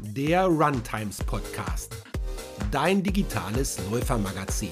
der Runtimes Podcast, dein digitales Läufermagazin.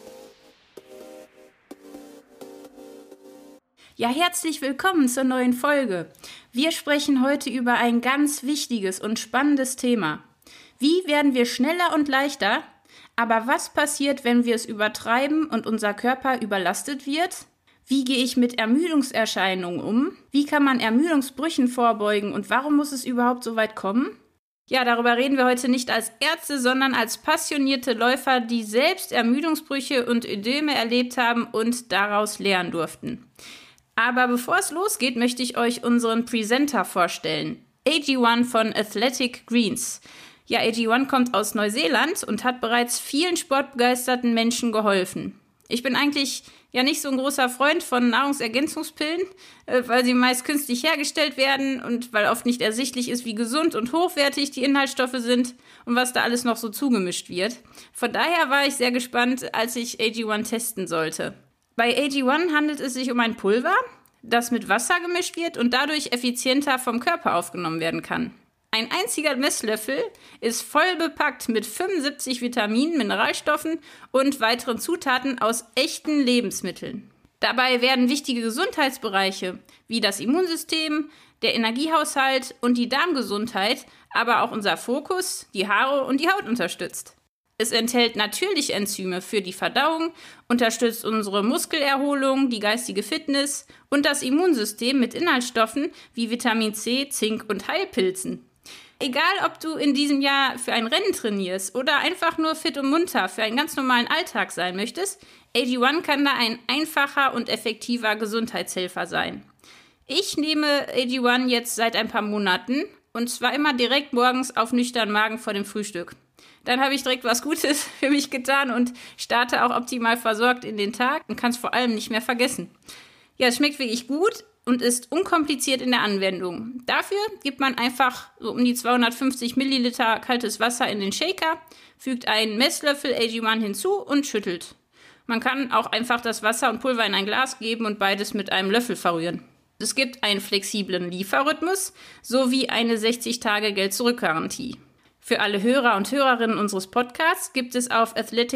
Ja, herzlich willkommen zur neuen Folge. Wir sprechen heute über ein ganz wichtiges und spannendes Thema. Wie werden wir schneller und leichter? Aber was passiert, wenn wir es übertreiben und unser Körper überlastet wird? Wie gehe ich mit Ermüdungserscheinungen um? Wie kann man Ermüdungsbrüchen vorbeugen und warum muss es überhaupt so weit kommen? Ja, darüber reden wir heute nicht als Ärzte, sondern als passionierte Läufer, die selbst Ermüdungsbrüche und Ödeme erlebt haben und daraus lernen durften. Aber bevor es losgeht, möchte ich euch unseren Presenter vorstellen. AG1 von Athletic Greens. Ja, AG1 kommt aus Neuseeland und hat bereits vielen sportbegeisterten Menschen geholfen. Ich bin eigentlich ja nicht so ein großer Freund von Nahrungsergänzungspillen, weil sie meist künstlich hergestellt werden und weil oft nicht ersichtlich ist, wie gesund und hochwertig die Inhaltsstoffe sind und was da alles noch so zugemischt wird. Von daher war ich sehr gespannt, als ich AG1 testen sollte. Bei AG1 handelt es sich um ein Pulver, das mit Wasser gemischt wird und dadurch effizienter vom Körper aufgenommen werden kann. Ein einziger Messlöffel ist voll bepackt mit 75 Vitaminen, Mineralstoffen und weiteren Zutaten aus echten Lebensmitteln. Dabei werden wichtige Gesundheitsbereiche wie das Immunsystem, der Energiehaushalt und die Darmgesundheit, aber auch unser Fokus, die Haare und die Haut unterstützt. Es enthält natürliche Enzyme für die Verdauung, unterstützt unsere Muskelerholung, die geistige Fitness und das Immunsystem mit Inhaltsstoffen wie Vitamin C, Zink und Heilpilzen. Egal, ob du in diesem Jahr für ein Rennen trainierst oder einfach nur fit und munter für einen ganz normalen Alltag sein möchtest, AG1 kann da ein einfacher und effektiver Gesundheitshelfer sein. Ich nehme AG1 jetzt seit ein paar Monaten und zwar immer direkt morgens auf nüchternen Magen vor dem Frühstück. Dann habe ich direkt was Gutes für mich getan und starte auch optimal versorgt in den Tag und kann es vor allem nicht mehr vergessen. Ja, es schmeckt wirklich gut und ist unkompliziert in der Anwendung. Dafür gibt man einfach so um die 250 Milliliter kaltes Wasser in den Shaker, fügt einen Messlöffel AG1 hinzu und schüttelt. Man kann auch einfach das Wasser und Pulver in ein Glas geben und beides mit einem Löffel verrühren. Es gibt einen flexiblen Lieferrhythmus sowie eine 60-Tage-Geld-Zurück-Garantie. Für alle Hörer und Hörerinnen unseres Podcasts gibt es auf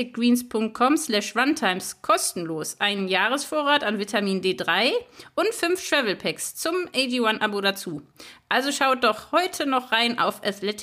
athleticgreens.com/runtimes kostenlos einen Jahresvorrat an Vitamin D3 und 5 Travel Packs zum AG1-Abo dazu. Also schaut doch heute noch rein auf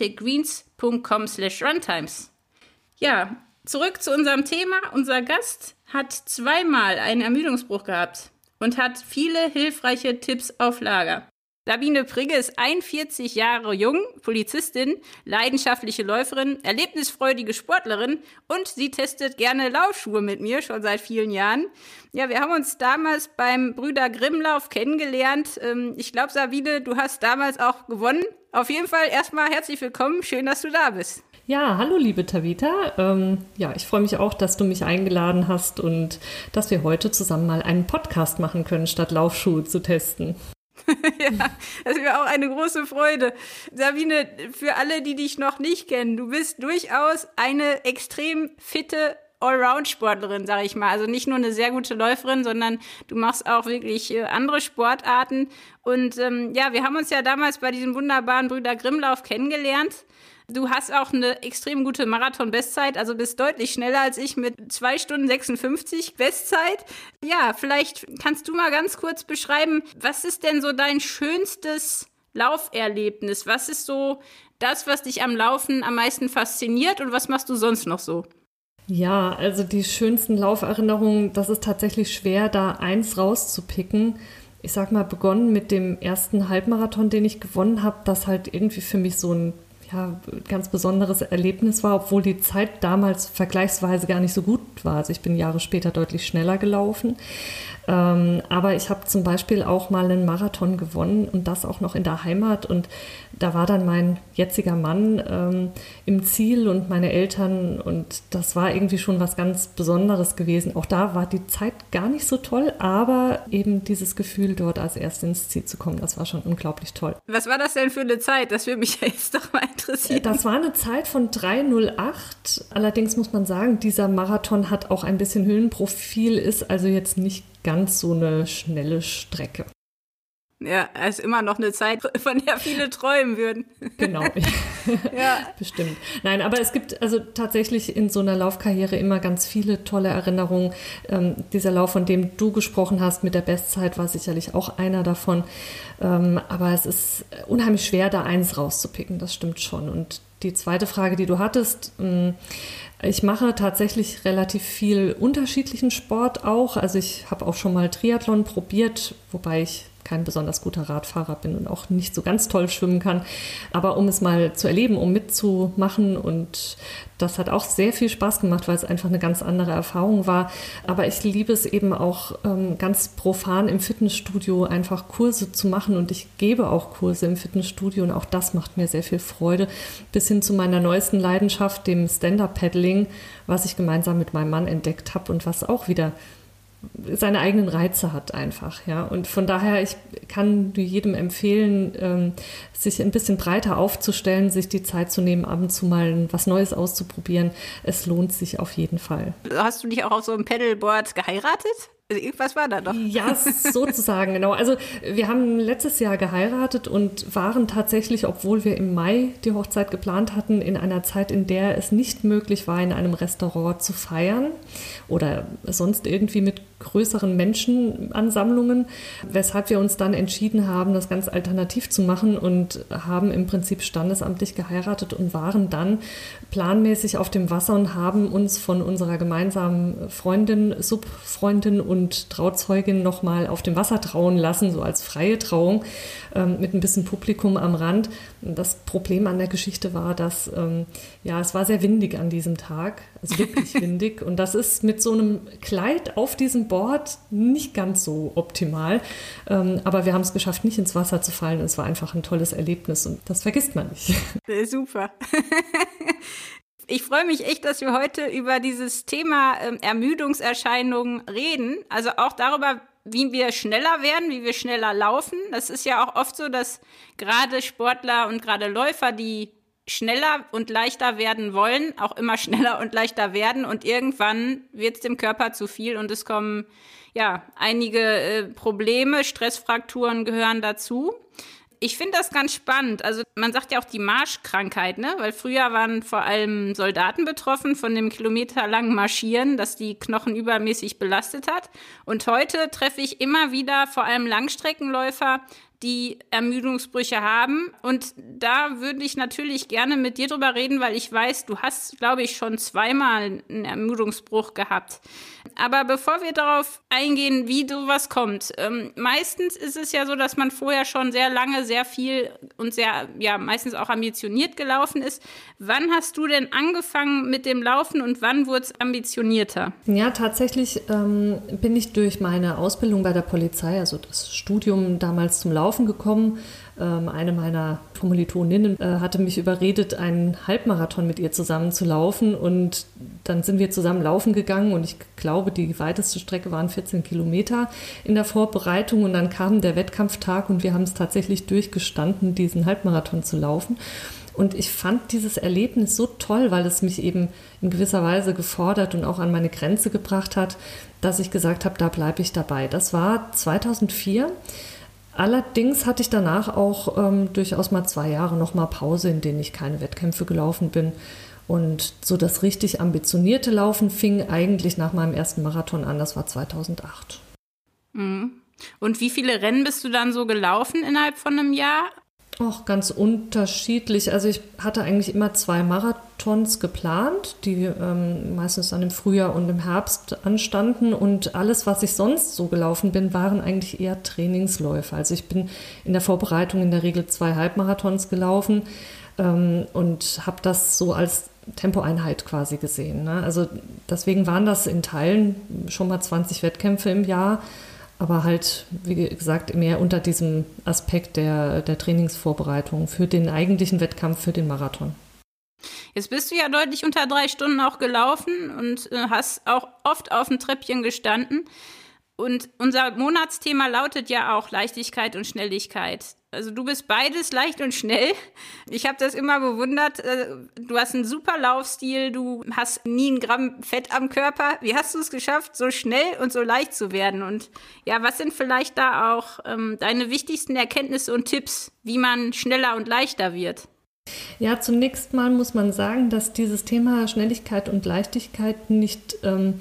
athleticgreens.com/runtimes. Ja, zurück zu unserem Thema. Unser Gast hat zweimal einen Ermüdungsbruch gehabt und hat viele hilfreiche Tipps auf Lager. Sabine Prigge ist 41 Jahre jung, Polizistin, leidenschaftliche Läuferin, erlebnisfreudige Sportlerin und sie testet gerne Laufschuhe mit mir, schon seit vielen Jahren. Ja, wir haben uns damals beim Brüder Grimm-Lauf kennengelernt. Ich glaube, Sabine, du hast damals auch gewonnen. Auf jeden Fall erstmal herzlich willkommen, schön, dass du da bist. Ja, hallo liebe Tabitha. Ich freue mich auch, dass du mich eingeladen hast und dass wir heute zusammen mal einen Podcast machen können, statt Laufschuhe zu testen. Ja, das wäre auch eine große Freude. Sabine, für alle, die dich noch nicht kennen, du bist durchaus eine extrem fitte Allround-Sportlerin, sage ich mal. Also nicht nur eine sehr gute Läuferin, sondern du machst auch wirklich andere Sportarten. Und wir haben uns ja damals bei diesem wunderbaren Brüder Grimm-Lauf kennengelernt. Du hast auch eine extrem gute Marathon-Bestzeit, also bist deutlich schneller als ich mit 2 Stunden 56 Bestzeit. Ja, vielleicht kannst du mal ganz kurz beschreiben, was ist denn so dein schönstes Lauferlebnis? Was ist so das, was dich am Laufen am meisten fasziniert und was machst du sonst noch so? Ja, also die schönsten Lauferinnerungen, das ist tatsächlich schwer, da eins rauszupicken. Ich sag mal, begonnen mit dem ersten Halbmarathon, den ich gewonnen habe, das halt irgendwie für mich so ein ganz besonderes Erlebnis war, obwohl die Zeit damals vergleichsweise gar nicht so gut war. Also ich bin Jahre später deutlich schneller gelaufen. Aber ich habe zum Beispiel auch mal einen Marathon gewonnen und das auch noch in der Heimat. Und da war dann mein jetziger Mann im Ziel und meine Eltern. Und das war irgendwie schon was ganz Besonderes gewesen. Auch da war die Zeit gar nicht so toll, aber eben dieses Gefühl, dort als Erste ins Ziel zu kommen, das war schon unglaublich toll. Was war das denn für eine Zeit? Das würde mich jetzt doch mal interessieren. Das war eine Zeit von 3:08. Allerdings muss man sagen, dieser Marathon hat auch ein bisschen Höhenprofil, ist also jetzt nicht ganz so eine schnelle Strecke. Ja, es ist immer noch eine Zeit, von der viele träumen würden. Genau, ja. Bestimmt. Nein, aber es gibt also tatsächlich in so einer Laufkarriere immer ganz viele tolle Erinnerungen. Dieser Lauf, von dem du gesprochen hast mit der Bestzeit, war sicherlich auch einer davon. Aber es ist unheimlich schwer, da eins rauszupicken, das stimmt schon. Und die zweite Frage, die du hattest, ich mache tatsächlich relativ viel unterschiedlichen Sport auch. Also ich habe auch schon mal Triathlon probiert, wobei ich kein besonders guter Radfahrer bin und auch nicht so ganz toll schwimmen kann. Aber um es mal zu erleben, um mitzumachen, und das hat auch sehr viel Spaß gemacht, weil es einfach eine ganz andere Erfahrung war. Aber ich liebe es eben auch ganz profan im Fitnessstudio einfach Kurse zu machen, und ich gebe auch Kurse im Fitnessstudio und auch das macht mir sehr viel Freude, bis hin zu meiner neuesten Leidenschaft, dem Stand-Up-Paddling, was ich gemeinsam mit meinem Mann entdeckt habe und was auch wieder seine eigenen Reize hat einfach, ja. Und von daher, ich kann jedem empfehlen, sich ein bisschen breiter aufzustellen, sich die Zeit zu nehmen, ab und zu mal was Neues auszuprobieren. Es lohnt sich auf jeden Fall. Hast du dich auch auf so einem Paddleboard geheiratet? Irgendwas war da doch. Ja, sozusagen, genau. Also wir haben letztes Jahr geheiratet und waren tatsächlich, obwohl wir im Mai die Hochzeit geplant hatten, in einer Zeit, in der es nicht möglich war, in einem Restaurant zu feiern oder sonst irgendwie mit größeren Menschenansammlungen, weshalb wir uns dann entschieden haben, das ganz alternativ zu machen und haben im Prinzip standesamtlich geheiratet und waren dann planmäßig auf dem Wasser und haben uns von unserer gemeinsamen Freundin, Subfreundin und Trauzeugin nochmal auf dem Wasser trauen lassen, so als freie Trauung mit ein bisschen Publikum am Rand. Das Problem an der Geschichte war, dass es war sehr windig an diesem Tag, also wirklich windig, und das ist mit so einem Kleid auf diesem Board nicht ganz so optimal, aber wir haben es geschafft, nicht ins Wasser zu fallen. Es war einfach ein tolles Erlebnis und das vergisst man nicht. Super. Ich freue mich echt, dass wir heute über dieses Thema Ermüdungserscheinungen reden. Also auch darüber, wie wir schneller werden, wie wir schneller laufen. Das ist ja auch oft so, dass gerade Sportler und gerade Läufer, die schneller und leichter werden wollen, auch immer schneller und leichter werden. Und irgendwann wird es dem Körper zu viel und es kommen einige Probleme, Stressfrakturen gehören dazu. Ich finde das ganz spannend. Also man sagt ja auch die Marschkrankheit, ne? Weil früher waren vor allem Soldaten betroffen von dem kilometerlangen Marschieren, das die Knochen übermäßig belastet hat. Und heute treffe ich immer wieder vor allem Langstreckenläufer, die Ermüdungsbrüche haben. Und da würde ich natürlich gerne mit dir drüber reden, weil ich weiß, du hast, glaube ich, schon zweimal einen Ermüdungsbruch gehabt. Aber bevor wir darauf eingehen, wie sowas kommt, meistens ist es ja so, dass man vorher schon sehr lange, sehr viel und sehr, meistens auch ambitioniert gelaufen ist. Wann hast du denn angefangen mit dem Laufen und wann wurde es ambitionierter? Ja, tatsächlich bin ich durch meine Ausbildung bei der Polizei, also das Studium damals zum Laufen gekommen. Eine meiner Kommilitoninnen hatte mich überredet, einen Halbmarathon mit ihr zusammen zu laufen, und dann sind wir zusammen laufen gegangen und ich glaube, die weiteste Strecke waren 14 Kilometer in der Vorbereitung, und dann kam der Wettkampftag und wir haben es tatsächlich durchgestanden, diesen Halbmarathon zu laufen. Und ich fand dieses Erlebnis so toll, weil es mich eben in gewisser Weise gefordert und auch an meine Grenze gebracht hat, dass ich gesagt habe, da bleibe ich dabei. Das war 2004. Allerdings hatte ich danach auch durchaus mal 2 Jahre noch mal Pause, in denen ich keine Wettkämpfe gelaufen bin. Und so das richtig ambitionierte Laufen fing eigentlich nach meinem ersten Marathon an, das war 2008. Mhm. Und wie viele Rennen bist du dann so gelaufen innerhalb von einem Jahr? Auch ganz unterschiedlich. Also ich hatte eigentlich immer 2 Marathons geplant, die meistens dann im Frühjahr und im Herbst anstanden. Und alles, was ich sonst so gelaufen bin, waren eigentlich eher Trainingsläufe. Also ich bin in der Vorbereitung in der Regel 2 Halbmarathons gelaufen und habe das so als Tempoeinheit quasi gesehen, ne? Also deswegen waren das in Teilen schon mal 20 Wettkämpfe im Jahr. Aber halt, wie gesagt, mehr unter diesem Aspekt der Trainingsvorbereitung für den eigentlichen Wettkampf, für den Marathon. Jetzt bist du ja deutlich unter 3 Stunden auch gelaufen und hast auch oft auf dem Treppchen gestanden. Und unser Monatsthema lautet ja auch Leichtigkeit und Schnelligkeit. Also du bist beides, leicht und schnell. Ich habe das immer bewundert. Du hast einen super Laufstil, du hast nie ein Gramm Fett am Körper. Wie hast du es geschafft, so schnell und so leicht zu werden? Und ja, was sind vielleicht da auch deine wichtigsten Erkenntnisse und Tipps, wie man schneller und leichter wird? Ja, zunächst mal muss man sagen, dass dieses Thema Schnelligkeit und Leichtigkeit nicht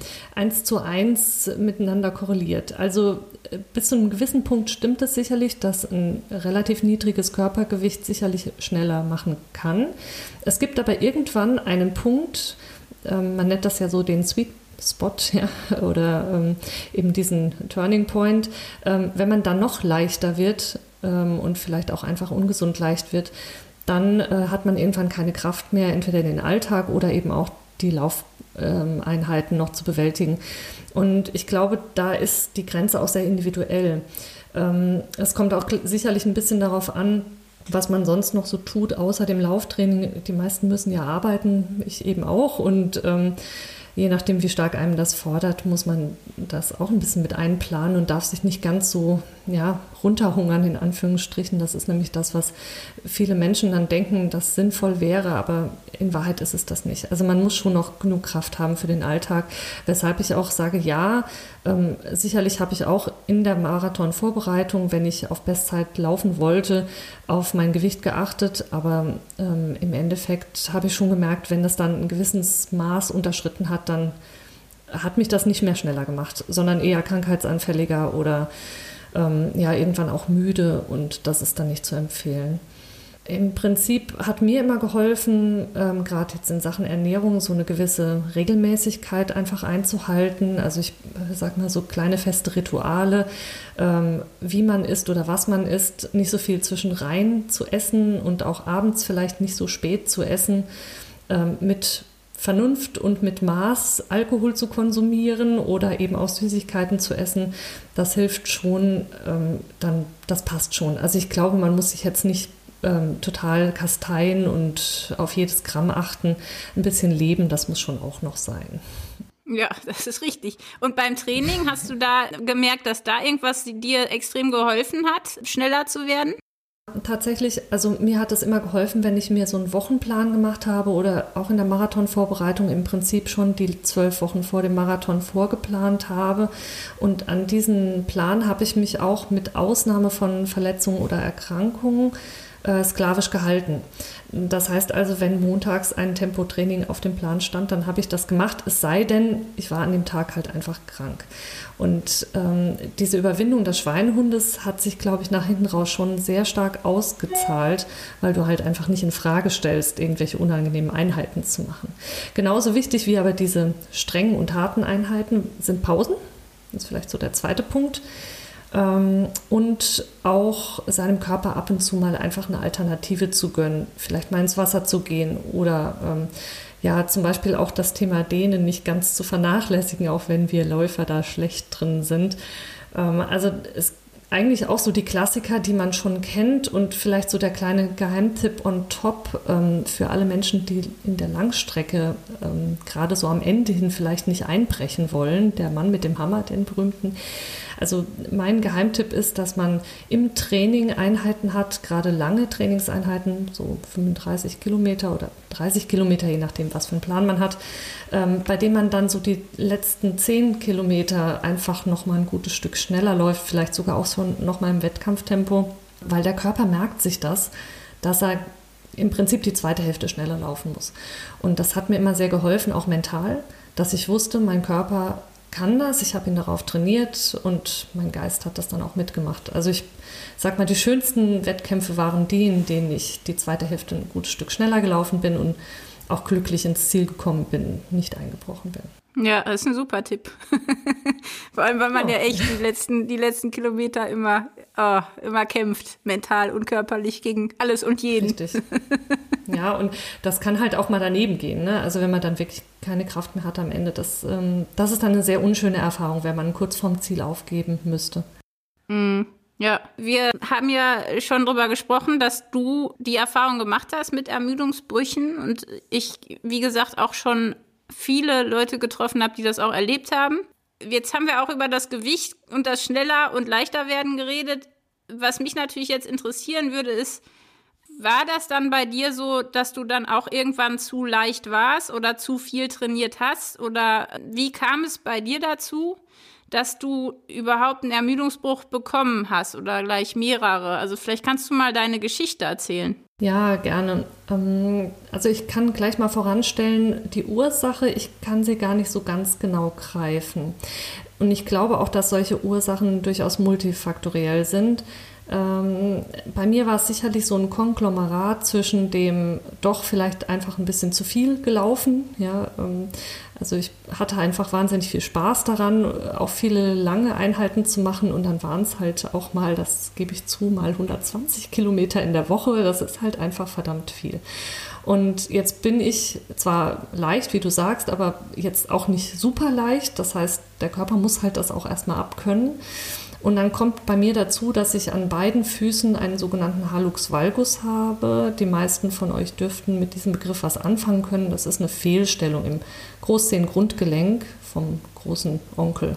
1:1 miteinander korreliert. Also bis zu einem gewissen Punkt stimmt es sicherlich, dass ein relativ niedriges Körpergewicht sicherlich schneller machen kann. Es gibt aber irgendwann einen Punkt, man nennt das ja so den Sweet Spot, ja, oder eben diesen Turning Point, wenn man dann noch leichter wird und vielleicht auch einfach ungesund leicht wird, dann hat man irgendwann keine Kraft mehr, entweder den Alltag oder eben auch die Laufeinheiten noch zu bewältigen. Und ich glaube, da ist die Grenze auch sehr individuell. Es kommt auch sicherlich ein bisschen darauf an, was man sonst noch so tut, außer dem Lauftraining. Die meisten müssen ja arbeiten, ich eben auch. Und je nachdem, wie stark einem das fordert, muss man das auch ein bisschen mit einplanen und darf sich nicht ganz so runterhungern, in Anführungsstrichen. Das ist nämlich das, was viele Menschen dann denken, das sinnvoll wäre, aber in Wahrheit ist es das nicht. Also man muss schon noch genug Kraft haben für den Alltag, weshalb ich auch sage, ja, sicherlich habe ich auch in der Marathonvorbereitung, wenn ich auf Bestzeit laufen wollte, auf mein Gewicht geachtet, aber im Endeffekt habe ich schon gemerkt, wenn das dann ein gewisses Maß unterschritten hat, dann hat mich das nicht mehr schneller gemacht, sondern eher krankheitsanfälliger oder irgendwann auch müde, und das ist dann nicht zu empfehlen. Im Prinzip hat mir immer geholfen, gerade jetzt in Sachen Ernährung, so eine gewisse Regelmäßigkeit einfach einzuhalten. Also ich sag mal so kleine feste Rituale, wie man isst oder was man isst, nicht so viel zwischenrein zu essen und auch abends vielleicht nicht so spät zu essen, mit Vernunft und mit Maß Alkohol zu konsumieren oder eben auch Süßigkeiten zu essen, das hilft schon, das passt schon. Also ich glaube, man muss sich jetzt nicht total kasteien und auf jedes Gramm achten. Ein bisschen Leben, das muss schon auch noch sein. Ja, das ist richtig. Und beim Training hast du da gemerkt, dass da irgendwas dir extrem geholfen hat, schneller zu werden? Tatsächlich, also mir hat es immer geholfen, wenn ich mir so einen Wochenplan gemacht habe oder auch in der Marathonvorbereitung im Prinzip schon die 12 Wochen vor dem Marathon vorgeplant habe. Und an diesen Plan habe ich mich auch mit Ausnahme von Verletzungen oder Erkrankungen sklavisch gehalten. Das heißt also, wenn montags ein Tempotraining auf dem Plan stand, dann habe ich das gemacht, es sei denn, ich war an dem Tag halt einfach krank. Und diese Überwindung des Schweinehundes hat sich, glaube ich, nach hinten raus schon sehr stark ausgezahlt, weil du halt einfach nicht in Frage stellst, irgendwelche unangenehmen Einheiten zu machen. Genauso wichtig wie aber diese strengen und harten Einheiten sind Pausen. Das ist vielleicht so der zweite Punkt. Und auch seinem Körper ab und zu mal einfach eine Alternative zu gönnen, vielleicht mal ins Wasser zu gehen oder zum Beispiel auch das Thema Dehnen nicht ganz zu vernachlässigen, auch wenn wir Läufer da schlecht drin sind. Also es eigentlich auch so die Klassiker, die man schon kennt, und vielleicht so der kleine Geheimtipp on top für alle Menschen, die in der Langstrecke gerade so am Ende hin vielleicht nicht einbrechen wollen. Der Mann mit dem Hammer, den berühmten. Also mein Geheimtipp ist, dass man im Training Einheiten hat, gerade lange Trainingseinheiten, so 35 Kilometer oder 30 Kilometer, je nachdem, was für einen Plan man hat, bei denen man dann so die letzten 10 Kilometer einfach nochmal ein gutes Stück schneller läuft, vielleicht sogar auch so nochmal im Wettkampftempo, weil der Körper merkt sich das, dass er im Prinzip die zweite Hälfte schneller laufen muss. Und das hat mir immer sehr geholfen, auch mental, dass ich wusste, mein Körper kann das, ich habe ihn darauf trainiert und mein Geist hat das dann auch mitgemacht. Also ich sag mal, die schönsten Wettkämpfe waren die, in denen ich die zweite Hälfte ein gutes Stück schneller gelaufen bin und auch glücklich ins Ziel gekommen bin, nicht eingebrochen bin. Ja, das ist ein super Tipp. Vor allem, weil man ja echt die letzten Kilometer immer kämpft, mental und körperlich gegen alles und jeden. Richtig. Ja, und das kann halt auch mal daneben gehen, ne? Also wenn man dann wirklich keine Kraft mehr hat am Ende, das ist dann eine sehr unschöne Erfahrung, wenn man kurz vorm Ziel aufgeben müsste. Ja, wir haben ja schon drüber gesprochen, dass du die Erfahrung gemacht hast mit Ermüdungsbrüchen und ich, wie gesagt, auch schon viele Leute getroffen habe, die das auch erlebt haben. Jetzt haben wir auch über das Gewicht und das schneller und leichter werden geredet. was mich natürlich jetzt interessieren würde, ist, war das dann bei dir so, dass du dann auch irgendwann zu leicht warst oder zu viel trainiert hast? Oder wie kam es bei dir dazu, dass du überhaupt einen Ermüdungsbruch bekommen hast oder gleich mehrere? Also vielleicht kannst du mal deine Geschichte erzählen. Ja, gerne. Also ich kann gleich mal voranstellen, die Ursache, ich kann sie gar nicht so ganz genau greifen. Und ich glaube auch, dass solche Ursachen durchaus multifaktoriell sind. Bei mir war es sicherlich so ein Konglomerat zwischen dem doch vielleicht einfach ein bisschen zu viel gelaufen. Ja, also ich hatte einfach wahnsinnig viel Spaß daran, auch viele lange Einheiten zu machen und dann waren es halt auch mal, das gebe ich zu, mal 120 Kilometer in der Woche. Das ist halt einfach verdammt viel. Und jetzt bin ich zwar leicht, wie du sagst, aber jetzt auch nicht super leicht. Das heißt, der Körper muss halt das auch erstmal abkönnen. Und dann kommt bei mir dazu, dass ich an beiden Füßen einen sogenannten Hallux valgus habe. Die meisten von euch dürften mit diesem Begriff was anfangen können. Das ist eine Fehlstellung im Großzehengrundgelenk vom großen Onkel.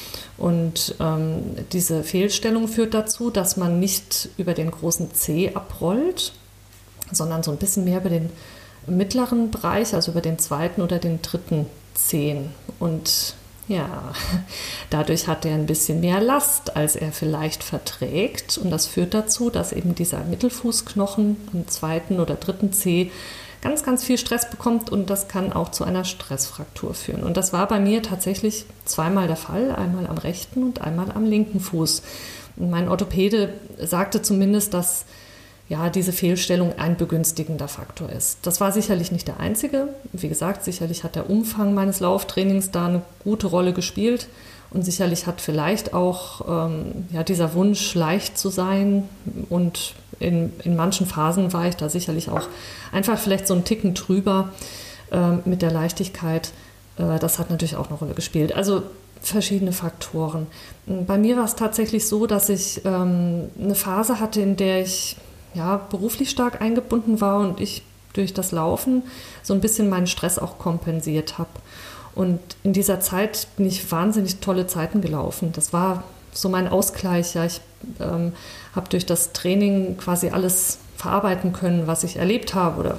Und diese Fehlstellung führt dazu, dass man nicht über den großen Zeh abrollt, sondern so ein bisschen mehr über den mittleren Bereich, also über den zweiten oder den dritten Zehen. Und ja, dadurch hat er ein bisschen mehr Last, als er vielleicht verträgt. Und das führt dazu, dass eben dieser Mittelfußknochen am zweiten oder dritten Zeh ganz, ganz viel Stress bekommt und das kann auch zu einer Stressfraktur führen. Und das war bei mir tatsächlich zweimal der Fall, einmal am rechten und einmal am linken Fuß. Und mein Orthopäde sagte zumindest, dass ja, diese Fehlstellung ein begünstigender Faktor ist. Das war sicherlich nicht der einzige. Wie gesagt, sicherlich hat der Umfang meines Lauftrainings da eine gute Rolle gespielt und sicherlich hat vielleicht auch dieser Wunsch, leicht zu sein und in manchen Phasen war ich da sicherlich auch einfach vielleicht so einen Ticken drüber mit der Leichtigkeit. Das hat natürlich auch eine Rolle gespielt. Also verschiedene Faktoren. Bei mir war es tatsächlich so, dass ich eine Phase hatte, in der ich beruflich stark eingebunden war und ich durch das Laufen so ein bisschen meinen Stress auch kompensiert habe. Und in dieser Zeit bin ich wahnsinnig tolle Zeiten gelaufen. Das war so mein Ausgleich. Ja, ich habe durch das Training quasi alles verarbeiten können, was ich erlebt habe oder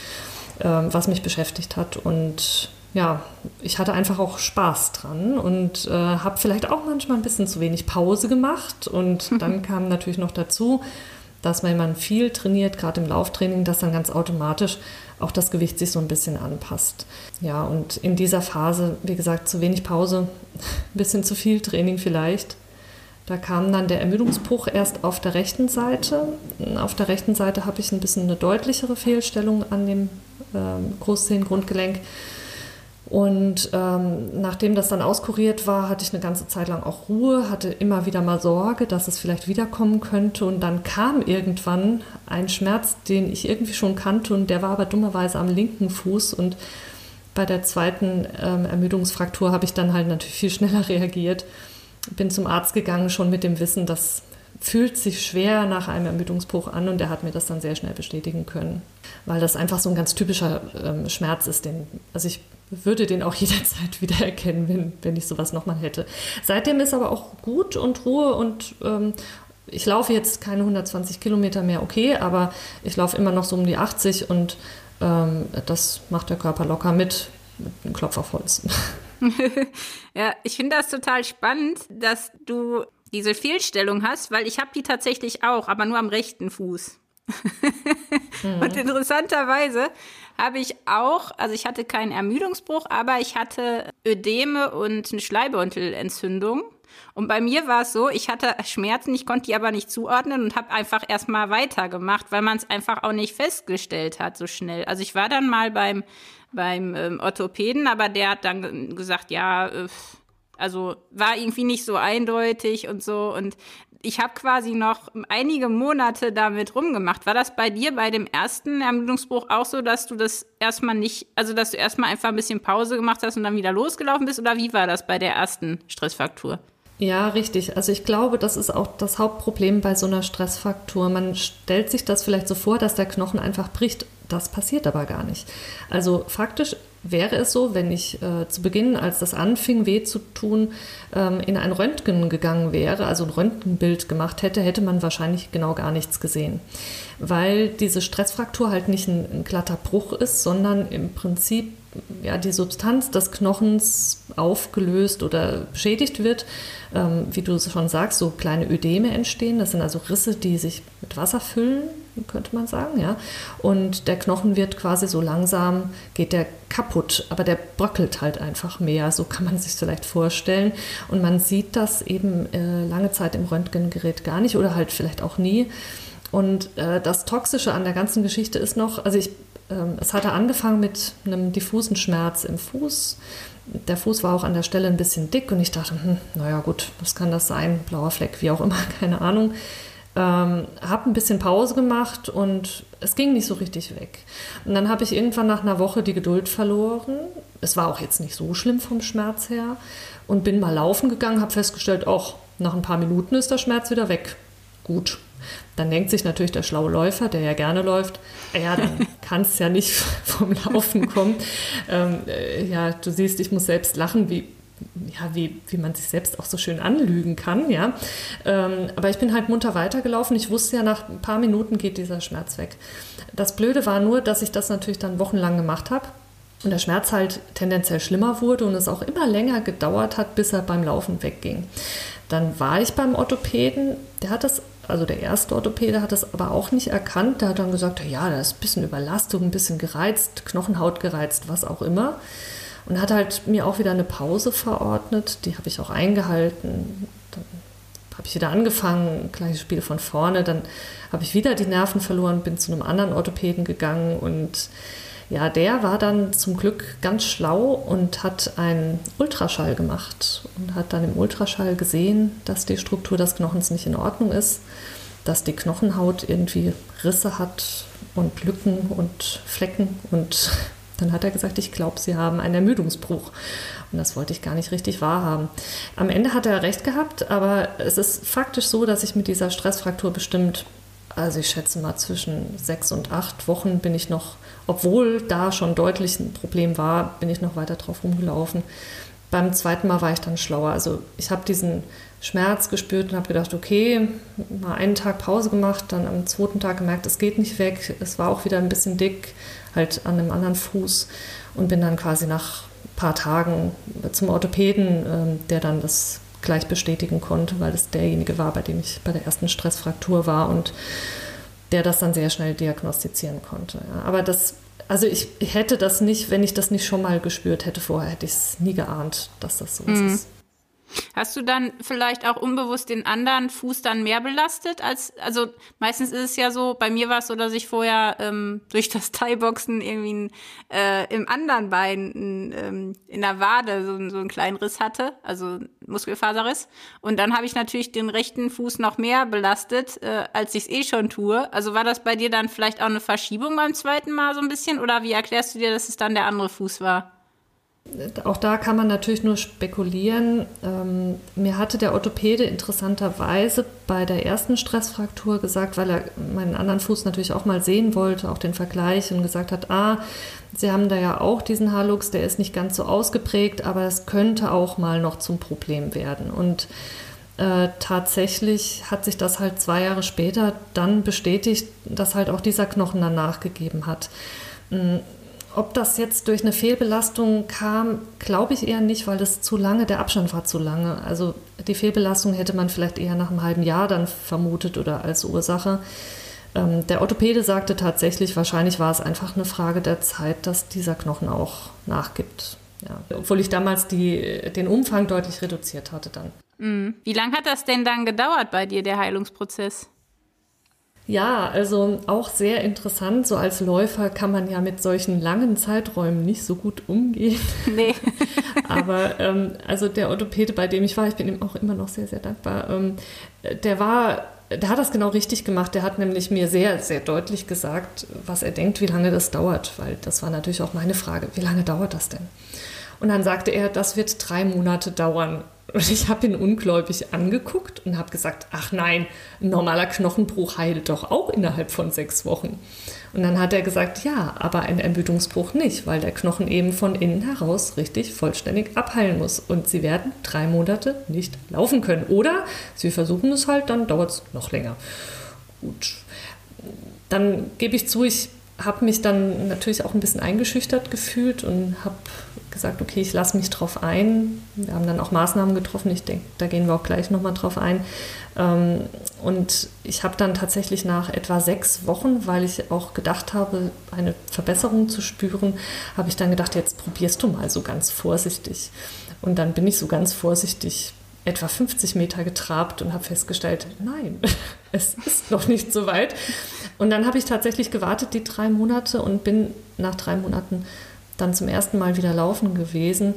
was mich beschäftigt hat. Und ja, ich hatte einfach auch Spaß dran und habe vielleicht auch manchmal ein bisschen zu wenig Pause gemacht. Und dann kam natürlich noch dazu, dass wenn man viel trainiert, gerade im Lauftraining, dass dann ganz automatisch auch das Gewicht sich so ein bisschen anpasst. Ja, und in dieser Phase, wie gesagt, zu wenig Pause, ein bisschen zu viel Training vielleicht. Da kam dann der Ermüdungsbruch erst auf der rechten Seite. Auf der rechten Seite habe ich ein bisschen eine deutlichere Fehlstellung an dem Großzehengrundgelenk. Und nachdem das dann auskuriert war, hatte ich eine ganze Zeit lang auch Ruhe, hatte immer wieder mal Sorge, dass es vielleicht wiederkommen könnte. Und dann kam irgendwann ein Schmerz, den ich irgendwie schon kannte und der war aber dummerweise am linken Fuß. Und bei der zweiten Ermüdungsfraktur habe ich dann halt natürlich viel schneller reagiert. Bin zum Arzt gegangen, schon mit dem Wissen, das fühlt sich schwer nach einem Ermüdungsbruch an und der hat mir das dann sehr schnell bestätigen können, weil das einfach so ein ganz typischer Schmerz ist, also ich würde den auch jederzeit wieder erkennen, wenn ich sowas nochmal hätte. Seitdem ist aber auch gut und Ruhe und ich laufe jetzt keine 120 Kilometer mehr, okay, aber ich laufe immer noch so um die 80 und das macht der Körper locker mit einem Klopf auf Holz. Ja, ich finde das total spannend, dass du diese Fehlstellung hast, weil ich habe die tatsächlich auch, aber nur am rechten Fuß. Und interessanterweise habe ich auch, also ich hatte keinen Ermüdungsbruch, aber ich hatte Ödeme und eine Schleimhautentzündung. Und bei mir war es so, ich hatte Schmerzen, ich konnte die aber nicht zuordnen und habe einfach erstmal weitergemacht, weil man es einfach auch nicht festgestellt hat so schnell. Also ich war dann mal beim Orthopäden, aber der hat dann gesagt, ja, also war irgendwie nicht so eindeutig und so. Und ich habe quasi noch einige Monate damit rumgemacht. War das bei dir bei dem ersten Ermüdungsbruch auch so, dass du das erstmal nicht, also dass du erstmal einfach ein bisschen Pause gemacht hast und dann wieder losgelaufen bist? Oder wie war das bei der ersten Stressfraktur? Ja, richtig. Also ich glaube, das ist auch das Hauptproblem bei so einer Stressfraktur. Man stellt sich das vielleicht so vor, dass der Knochen einfach bricht. Das passiert aber gar nicht. Also faktisch wäre es so, wenn ich zu Beginn, als das anfing, weh zu tun, in ein Röntgen gegangen wäre, also ein Röntgenbild gemacht hätte, hätte man wahrscheinlich genau gar nichts gesehen. Weil diese Stressfraktur halt nicht ein glatter Bruch ist, sondern im Prinzip ja, die Substanz des Knochens aufgelöst oder beschädigt wird. Wie du schon sagst, so kleine Ödeme entstehen. Das sind also Risse, die sich mit Wasser füllen, könnte man sagen. Ja? Und der Knochen wird quasi so langsam, geht der kaputt, aber der bröckelt halt einfach mehr. So kann man sich vielleicht vorstellen. Und man sieht das eben lange Zeit im Röntgengerät gar nicht oder halt vielleicht auch nie. Und das Toxische an der ganzen Geschichte ist noch, also es hatte angefangen mit einem diffusen Schmerz im Fuß. Der Fuß war auch an der Stelle ein bisschen dick und ich dachte, naja gut, was kann das sein? Blauer Fleck, wie auch immer, keine Ahnung. Habe ein bisschen Pause gemacht und es ging nicht so richtig weg. Und dann habe ich irgendwann nach einer Woche die Geduld verloren. Es war auch jetzt nicht so schlimm vom Schmerz her und bin mal laufen gegangen, habe festgestellt, auch nach ein paar Minuten ist der Schmerz wieder weg. Gut. Dann denkt sich natürlich der schlaue Läufer, der ja gerne läuft, ja, dann kann es ja nicht vom Laufen kommen. Ja, du siehst, ich muss selbst lachen, wie man sich selbst auch so schön anlügen kann. Ja. Aber ich bin halt munter weitergelaufen. Ich wusste ja, nach ein paar Minuten geht dieser Schmerz weg. Das Blöde war nur, dass ich das natürlich dann wochenlang gemacht habe und der Schmerz halt tendenziell schlimmer wurde und es auch immer länger gedauert hat, bis er beim Laufen wegging. Dann war ich beim Orthopäden, der erste Orthopäde hat das aber auch nicht erkannt. Der hat dann gesagt, ja, da ist ein bisschen Überlastung, ein bisschen gereizt, Knochenhaut gereizt, was auch immer. Und hat halt mir auch wieder eine Pause verordnet, die habe ich auch eingehalten. Dann habe ich wieder angefangen, gleiches Spiel von vorne. Dann habe ich wieder die Nerven verloren, bin zu einem anderen Orthopäden gegangen und ja, der war dann zum Glück ganz schlau und hat einen Ultraschall gemacht und hat dann im Ultraschall gesehen, dass die Struktur des Knochens nicht in Ordnung ist, dass die Knochenhaut irgendwie Risse hat und Lücken und Flecken und dann hat er gesagt, ich glaube, Sie haben einen Ermüdungsbruch. Und das wollte ich gar nicht richtig wahrhaben. Am Ende hat er recht gehabt, aber es ist faktisch so, dass ich mit dieser Stressfraktur bestimmt, also ich schätze mal zwischen 6 und 8 Wochen bin ich noch, obwohl da schon deutlich ein Problem war, bin ich noch weiter drauf rumgelaufen. Beim zweiten Mal war ich dann schlauer. Also ich habe diesen Schmerz gespürt und habe gedacht, okay, mal einen Tag Pause gemacht, dann am zweiten Tag gemerkt, es geht nicht weg. Es war auch wieder ein bisschen dick, halt an einem anderen Fuß und bin dann quasi nach ein paar Tagen zum Orthopäden, der dann das gleich bestätigen konnte, weil es derjenige war, bei dem ich bei der ersten Stressfraktur war und der das dann sehr schnell diagnostizieren konnte. Ja. Aber ich hätte das nicht, wenn ich das nicht schon mal gespürt hätte vorher, hätte ich es nie geahnt, dass das so ist. Hast du dann vielleicht auch unbewusst den anderen Fuß dann mehr belastet also meistens ist es ja so, bei mir war es so, dass ich vorher durch das Thai-Boxen irgendwie im anderen Bein in der Wade so einen kleinen Riss hatte, also Muskelfaserriss. Und dann habe ich natürlich den rechten Fuß noch mehr belastet, als ich es schon tue. Also war das bei dir dann vielleicht auch eine Verschiebung beim zweiten Mal so ein bisschen? Oder wie erklärst du dir, dass es dann der andere Fuß war? Auch da kann man natürlich nur spekulieren. Mir hatte der Orthopäde interessanterweise bei der ersten Stressfraktur gesagt, weil er meinen anderen Fuß natürlich auch mal sehen wollte, auch den Vergleich und gesagt hat, Sie haben da ja auch diesen Hallux, der ist nicht ganz so ausgeprägt, aber es könnte auch mal noch zum Problem werden. Und tatsächlich hat sich das halt 2 Jahre später dann bestätigt, dass halt auch dieser Knochen dann nachgegeben hat. Ob das jetzt durch eine Fehlbelastung kam, glaube ich eher nicht, weil der Abstand war zu lange. Also die Fehlbelastung hätte man vielleicht eher nach einem halben Jahr dann vermutet oder als Ursache. Der Orthopäde sagte tatsächlich, wahrscheinlich war es einfach eine Frage der Zeit, dass dieser Knochen auch nachgibt. Ja. Obwohl ich damals den Umfang deutlich reduziert hatte dann. Wie lange hat das denn dann gedauert bei dir, der Heilungsprozess? Ja, also auch sehr interessant. So als Läufer kann man ja mit solchen langen Zeiträumen nicht so gut umgehen. Nee. Aber also der Orthopäde, bei dem ich war, ich bin ihm auch immer noch sehr, sehr dankbar, der hat das genau richtig gemacht. Der hat nämlich mir sehr, sehr deutlich gesagt, was er denkt, wie lange das dauert. Weil das war natürlich auch meine Frage, wie lange dauert das denn? Und dann sagte er, das wird 3 Monate dauern. Und ich habe ihn ungläubig angeguckt und habe gesagt, ach nein, ein normaler Knochenbruch heilt doch auch innerhalb von 6 Wochen. Und dann hat er gesagt, ja, aber ein Ermüdungsbruch nicht, weil der Knochen eben von innen heraus richtig vollständig abheilen muss. Und Sie werden 3 Monate nicht laufen können. Oder Sie versuchen es halt, dann dauert es noch länger. Gut, dann gebe ich zu, ich habe mich dann natürlich auch ein bisschen eingeschüchtert gefühlt und habe gesagt, okay, ich lasse mich drauf ein. Wir haben dann auch Maßnahmen getroffen, ich denke, da gehen wir auch gleich nochmal drauf ein. Und ich habe dann tatsächlich nach etwa 6 Wochen, weil ich auch gedacht habe, eine Verbesserung zu spüren, habe ich dann gedacht, jetzt probierst du mal so ganz vorsichtig. Und dann bin ich so ganz vorsichtig etwa 50 Meter getrabt und habe festgestellt, nein, es ist noch nicht so weit. Und dann habe ich tatsächlich gewartet, die 3 Monate, und bin nach 3 Monaten dann zum ersten Mal wieder laufen gewesen,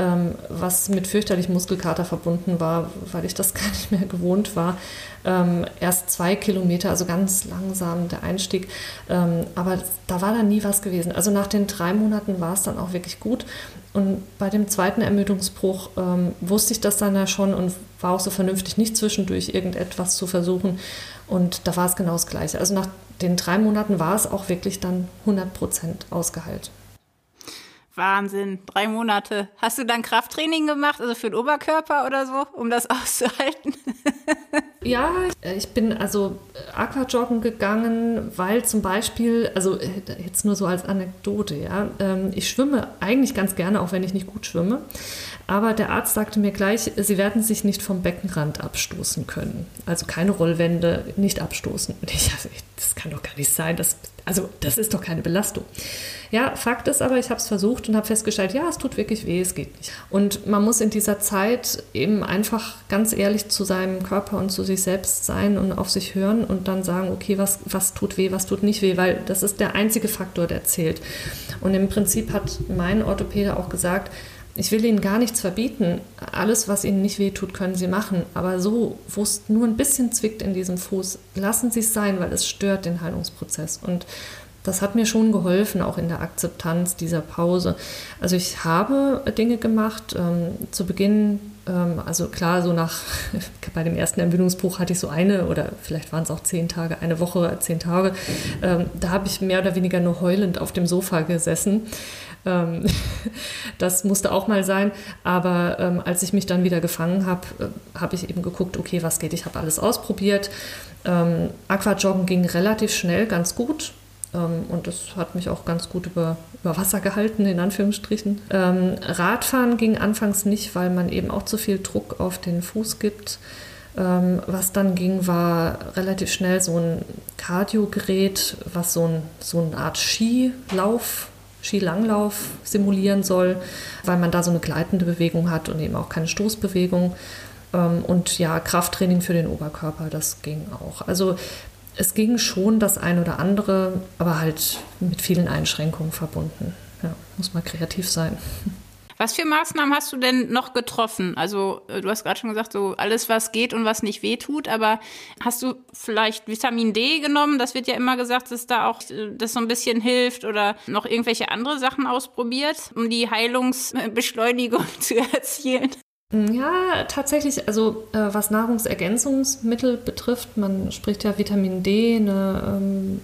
was mit fürchterlichem Muskelkater verbunden war, weil ich das gar nicht mehr gewohnt war. Erst 2 Kilometer, also ganz langsam der Einstieg, aber da war dann nie was gewesen. Also nach den 3 Monaten war es dann auch wirklich gut. Und bei dem zweiten Ermüdungsbruch wusste ich das dann ja schon und war auch so vernünftig, nicht zwischendurch irgendetwas zu versuchen. Und da war es genau das Gleiche. Also nach den 3 Monaten war es auch wirklich dann 100% ausgeheilt. Wahnsinn, 3 Monate. Hast du dann Krafttraining gemacht, also für den Oberkörper oder so, um das auszuhalten? Ja, ich bin also Aquajoggen gegangen, weil zum Beispiel, also jetzt nur so als Anekdote, ja, ich schwimme eigentlich ganz gerne, auch wenn ich nicht gut schwimme. Aber der Arzt sagte mir gleich, Sie werden sich nicht vom Beckenrand abstoßen können. Also keine Rollwände, nicht abstoßen. Das kann doch gar nicht sein. Das ist doch keine Belastung. Ja, Fakt ist aber, ich habe es versucht und habe festgestellt, ja, es tut wirklich weh, es geht nicht. Und man muss in dieser Zeit eben einfach ganz ehrlich zu seinem Körper und zu sich selbst sein und auf sich hören und dann sagen, okay, was tut weh, was tut nicht weh, weil das ist der einzige Faktor, der zählt. Und im Prinzip hat mein Orthopäde auch gesagt, ich will Ihnen gar nichts verbieten. Alles, was Ihnen nicht wehtut, können Sie machen. Aber so, wo es nur ein bisschen zwickt in diesem Fuß, lassen Sie es sein, weil es stört den Heilungsprozess. Und das hat mir schon geholfen, auch in der Akzeptanz dieser Pause. Also ich habe Dinge gemacht. Zu Beginn, also klar, so bei dem ersten Ermüdungsbruch hatte ich so oder vielleicht waren es auch 10 Tage, eine Woche, 10 Tage. Da habe ich mehr oder weniger nur heulend auf dem Sofa gesessen. Das musste auch mal sein, aber als ich mich dann wieder gefangen habe, habe ich eben geguckt, okay, was geht, ich habe alles ausprobiert. Aquajoggen ging relativ schnell, ganz gut, und das hat mich auch ganz gut über Wasser gehalten, in Anführungsstrichen. Radfahren ging anfangs nicht, weil man eben auch zu viel Druck auf den Fuß gibt. Was dann ging, war relativ schnell so ein Cardio-Gerät, was so eine Art Skilanglauf simulieren soll, weil man da so eine gleitende Bewegung hat und eben auch keine Stoßbewegung. Und ja, Krafttraining für den Oberkörper, das ging auch. Also es ging schon das ein oder andere, aber halt mit vielen Einschränkungen verbunden. Ja, muss mal kreativ sein. Was für Maßnahmen hast du denn noch getroffen? Also du hast gerade schon gesagt, so alles, was geht und was nicht wehtut, aber hast du vielleicht Vitamin D genommen? Das wird ja immer gesagt, dass da auch das so ein bisschen hilft, oder noch irgendwelche andere Sachen ausprobiert, um die Heilungsbeschleunigung zu erzielen? Ja, tatsächlich, also was Nahrungsergänzungsmittel betrifft, man spricht ja Vitamin D, eine,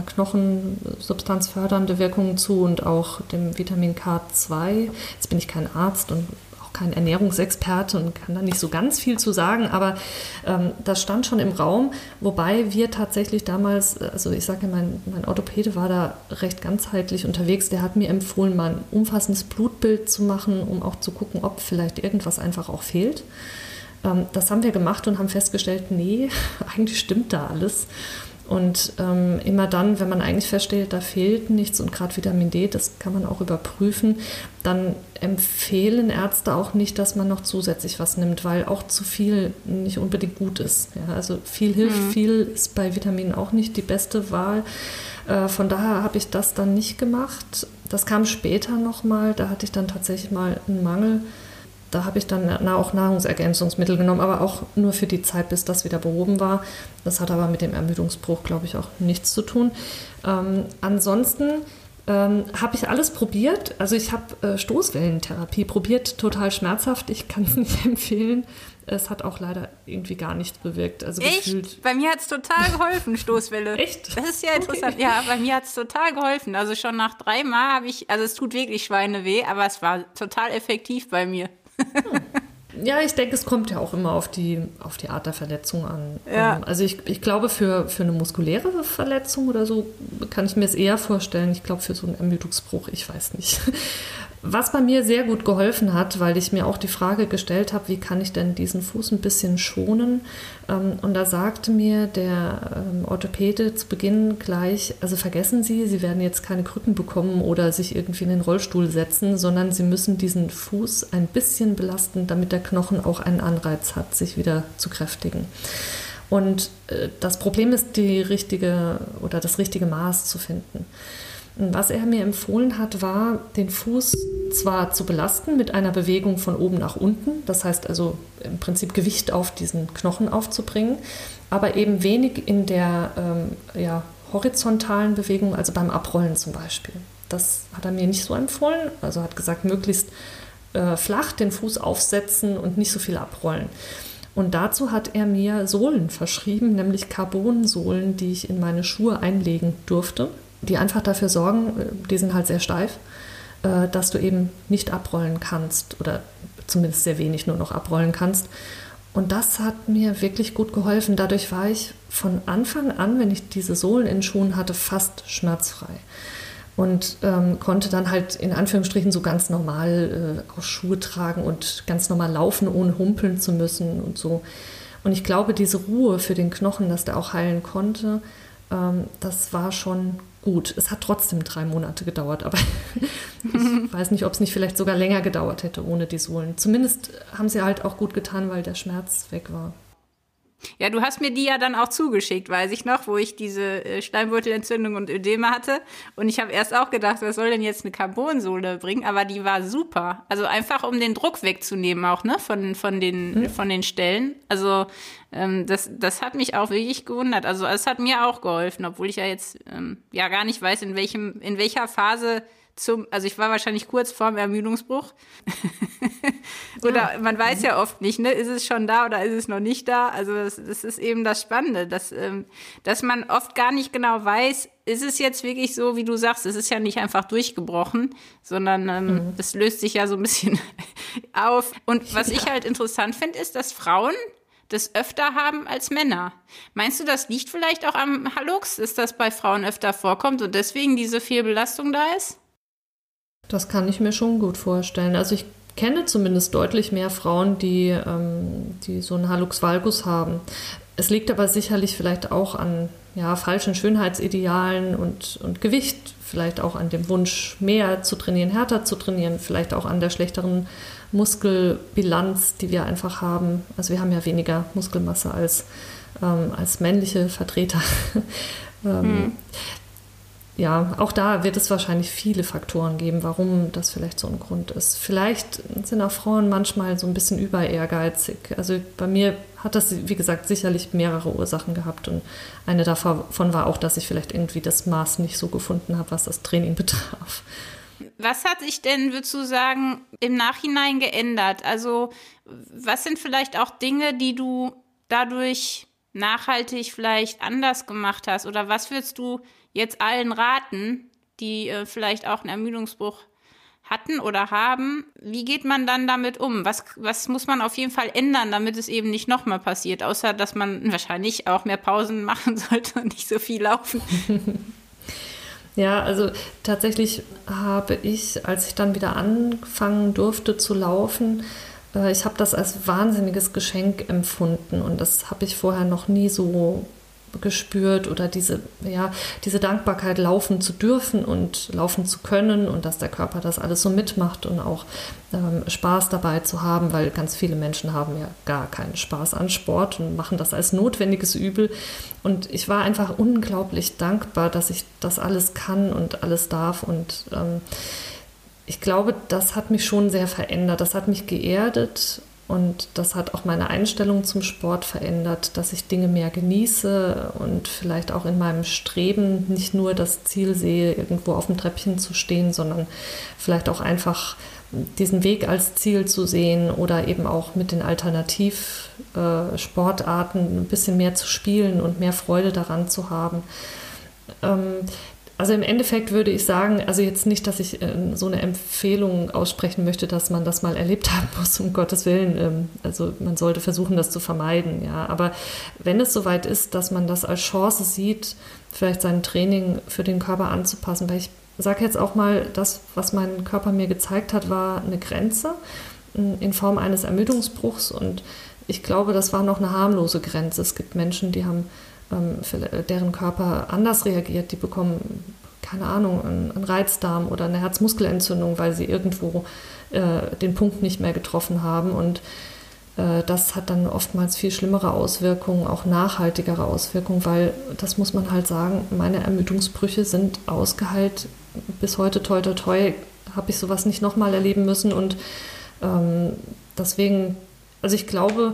knochensubstanzfördernde Wirkung zu, und auch dem Vitamin K2. Jetzt bin ich kein Arzt und auch kein Ernährungsexperte und kann da nicht so ganz viel zu sagen, aber das stand schon im Raum, wobei wir tatsächlich damals, also ich sage ja, mein Orthopäde war da recht ganzheitlich unterwegs, der hat mir empfohlen, mal ein umfassendes Blutbild zu machen, um auch zu gucken, ob vielleicht irgendwas einfach auch fehlt. Das haben wir gemacht und haben festgestellt, nee, eigentlich stimmt da alles. Und immer dann, wenn man eigentlich feststellt, da fehlt nichts, und gerade Vitamin D, das kann man auch überprüfen, dann empfehlen Ärzte auch nicht, dass man noch zusätzlich was nimmt, weil auch zu viel nicht unbedingt gut ist. Ja, also viel hilft, viel ist bei Vitaminen auch nicht die beste Wahl. Von daher habe ich das dann nicht gemacht. Das kam später nochmal, da hatte ich dann tatsächlich mal einen Mangel. Da habe ich dann auch Nahrungsergänzungsmittel genommen, aber auch nur für die Zeit, bis das wieder behoben war. Das hat aber mit dem Ermüdungsbruch, glaube ich, auch nichts zu tun. Ansonsten Habe ich alles probiert. Also ich habe Stoßwellentherapie probiert, total schmerzhaft. Ich kann es nicht empfehlen. Es hat auch leider irgendwie gar nichts bewirkt. Also echt? Gefühlt. Bei mir hat es total geholfen, Stoßwelle. Echt? Das ist ja interessant. Okay. Ja, bei mir hat es total geholfen. Also schon nach 3 Mal habe ich, also es tut wirklich Schweineweh, aber es war total effektiv bei mir. Ja, ich denke, es kommt ja auch immer auf die Art der Verletzung an. Ja. Also ich glaube, für eine muskuläre Verletzung oder so kann ich mir es eher vorstellen. Ich glaube, für so einen Ermüdungsbruch, ich weiß nicht. Was bei mir sehr gut geholfen hat, weil ich mir auch die Frage gestellt habe, wie kann ich denn diesen Fuß ein bisschen schonen? Und da sagte mir der Orthopäde zu Beginn gleich, also vergessen Sie, Sie werden jetzt keine Krücken bekommen oder sich irgendwie in den Rollstuhl setzen, sondern Sie müssen diesen Fuß ein bisschen belasten, damit der Knochen auch einen Anreiz hat, sich wieder zu kräftigen. Und das Problem ist, das richtige Maß zu finden. Und was er mir empfohlen hat, war, den Fuß zwar zu belasten mit einer Bewegung von oben nach unten, das heißt also im Prinzip Gewicht auf diesen Knochen aufzubringen, aber eben wenig in der horizontalen Bewegung, also beim Abrollen zum Beispiel. Das hat er mir nicht so empfohlen, also hat gesagt, möglichst flach den Fuß aufsetzen und nicht so viel abrollen. Und dazu hat er mir Sohlen verschrieben, nämlich Carbonsohlen, die ich in meine Schuhe einlegen durfte, die einfach dafür sorgen, die sind halt sehr steif, dass du eben nicht abrollen kannst oder zumindest sehr wenig nur noch abrollen kannst. Und das hat mir wirklich gut geholfen. Dadurch war ich von Anfang an, wenn ich diese Sohlen in Schuhen hatte, fast schmerzfrei. Und konnte dann halt in Anführungsstrichen so ganz normal auch Schuhe tragen und ganz normal laufen, ohne humpeln zu müssen und so. Und ich glaube, diese Ruhe für den Knochen, dass der auch heilen konnte, das war schon gut. Es hat trotzdem 3 Monate gedauert, aber ich weiß nicht, ob es nicht vielleicht sogar länger gedauert hätte ohne die Sohlen. Zumindest haben sie halt auch gut getan, weil der Schmerz weg war. Ja, du hast mir die ja dann auch zugeschickt, weiß ich noch, wo ich diese Schleimbeutelentzündung und Ödeme hatte. Und ich habe erst auch gedacht, was soll denn jetzt eine Carbonsohle bringen? Aber die war super. Also einfach, um den Druck wegzunehmen auch, ne, von den Stellen. Also das hat mich auch wirklich gewundert. Also es hat mir auch geholfen, obwohl ich ja jetzt gar nicht weiß, in welcher Phase also ich war wahrscheinlich kurz vorm Ermüdungsbruch. Oder man weiß ja oft nicht, ne, ist es schon da oder ist es noch nicht da? Also das ist eben das Spannende, dass man oft gar nicht genau weiß, ist es jetzt wirklich so, wie du sagst, es ist ja nicht einfach durchgebrochen, sondern das löst sich ja so ein bisschen auf. Und was ich halt interessant finde, ist, dass Frauen das öfter haben als Männer. Meinst du, das liegt vielleicht auch am Hallux, dass das bei Frauen öfter vorkommt und deswegen diese Fehlbelastung da ist? Das kann ich mir schon gut vorstellen. Also ich kenne zumindest deutlich mehr Frauen, die so einen Hallux valgus haben. Es liegt aber sicherlich vielleicht auch an falschen Schönheitsidealen und Gewicht, vielleicht auch an dem Wunsch, mehr zu trainieren, härter zu trainieren, vielleicht auch an der schlechteren Muskelbilanz, die wir einfach haben. Also wir haben ja weniger Muskelmasse als männliche Vertreter. Ja, auch da wird es wahrscheinlich viele Faktoren geben, warum das vielleicht so ein Grund ist. Vielleicht sind auch Frauen manchmal so ein bisschen überehrgeizig. Also bei mir hat das, wie gesagt, sicherlich mehrere Ursachen gehabt. Und eine davon war auch, dass ich vielleicht irgendwie das Maß nicht so gefunden habe, was das Training betraf. Was hat sich denn, würdest du sagen, im Nachhinein geändert? Also was sind vielleicht auch Dinge, die du dadurch nachhaltig vielleicht anders gemacht hast? Oder was würdest du jetzt allen raten, die vielleicht auch einen Ermüdungsbruch hatten oder haben? Wie geht man dann damit um? Was muss man auf jeden Fall ändern, damit es eben nicht nochmal passiert? Außer, dass man wahrscheinlich auch mehr Pausen machen sollte und nicht so viel laufen. Ja, also tatsächlich habe ich, als ich dann wieder anfangen durfte zu laufen, ich habe das als wahnsinniges Geschenk empfunden und das habe ich vorher noch nie so gespürt oder diese Dankbarkeit, laufen zu dürfen und laufen zu können und dass der Körper das alles so mitmacht und auch Spaß dabei zu haben, weil ganz viele Menschen haben ja gar keinen Spaß an Sport und machen das als notwendiges Übel. Und ich war einfach unglaublich dankbar, dass ich das alles kann und alles darf und ich glaube, das hat mich schon sehr verändert. Das hat mich geerdet Und das hat auch meine Einstellung zum Sport verändert, dass ich Dinge mehr genieße und vielleicht auch in meinem Streben nicht nur das Ziel sehe, irgendwo auf dem Treppchen zu stehen, sondern vielleicht auch einfach diesen Weg als Ziel zu sehen oder eben auch mit den Alternativsportarten ein bisschen mehr zu spielen und mehr Freude daran zu haben. Also im Endeffekt würde ich sagen, also jetzt nicht, dass ich so eine Empfehlung aussprechen möchte, dass man das mal erlebt haben muss, um Gottes Willen. Also man sollte versuchen, das zu vermeiden. Ja. Aber wenn es soweit ist, dass man das als Chance sieht, vielleicht sein Training für den Körper anzupassen, weil ich sage jetzt auch mal, das, was mein Körper mir gezeigt hat, war eine Grenze in Form eines Ermüdungsbruchs. Und ich glaube, das war noch eine harmlose Grenze. Es gibt Menschen, die haben deren Körper anders reagiert, die bekommen, keine Ahnung, einen Reizdarm oder eine Herzmuskelentzündung, weil sie irgendwo den Punkt nicht mehr getroffen haben. Und das hat dann oftmals viel schlimmere Auswirkungen, auch nachhaltigere Auswirkungen, weil, das muss man halt sagen, meine Ermüdungsbrüche sind ausgeheilt. Bis heute, toi, toi, toi, habe ich sowas nicht nochmal erleben müssen. Und deswegen, also ich glaube,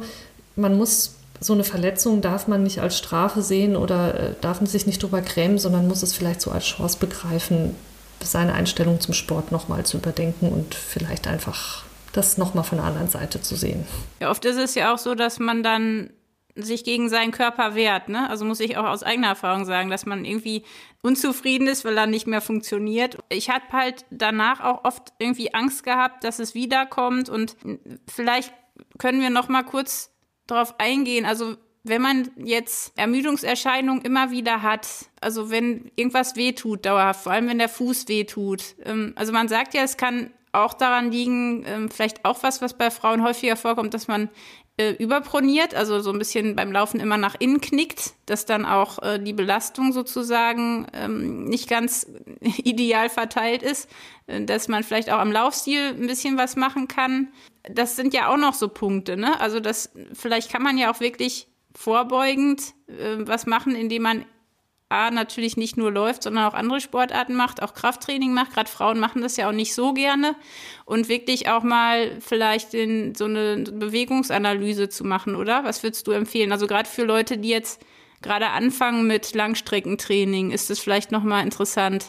so eine Verletzung darf man nicht als Strafe sehen oder darf man sich nicht drüber grämen, sondern muss es vielleicht so als Chance begreifen, seine Einstellung zum Sport nochmal zu überdenken und vielleicht einfach das nochmal von der anderen Seite zu sehen. Ja, oft ist es ja auch so, dass man dann sich gegen seinen Körper wehrt, ne? Also muss ich auch aus eigener Erfahrung sagen, dass man irgendwie unzufrieden ist, weil er nicht mehr funktioniert. Ich habe halt danach auch oft irgendwie Angst gehabt, dass es wiederkommt, und vielleicht können wir noch mal kurz darauf eingehen. Also wenn man jetzt Ermüdungserscheinungen immer wieder hat, also wenn irgendwas wehtut dauerhaft, vor allem wenn der Fuß wehtut, also man sagt ja, es kann auch daran liegen, vielleicht auch was bei Frauen häufiger vorkommt, dass man überproniert, also so ein bisschen beim Laufen immer nach innen knickt, dass dann auch die Belastung sozusagen nicht ganz ideal verteilt ist, dass man vielleicht auch am Laufstil ein bisschen was machen kann. Das sind ja auch noch so Punkte, ne? Also vielleicht kann man ja auch wirklich vorbeugend was machen, indem man natürlich nicht nur läuft, sondern auch andere Sportarten macht, auch Krafttraining macht. Gerade Frauen machen das ja auch nicht so gerne. Und wirklich auch mal vielleicht so eine Bewegungsanalyse zu machen, oder? Was würdest du empfehlen? Also gerade für Leute, die jetzt gerade anfangen mit Langstreckentraining, ist das vielleicht nochmal interessant.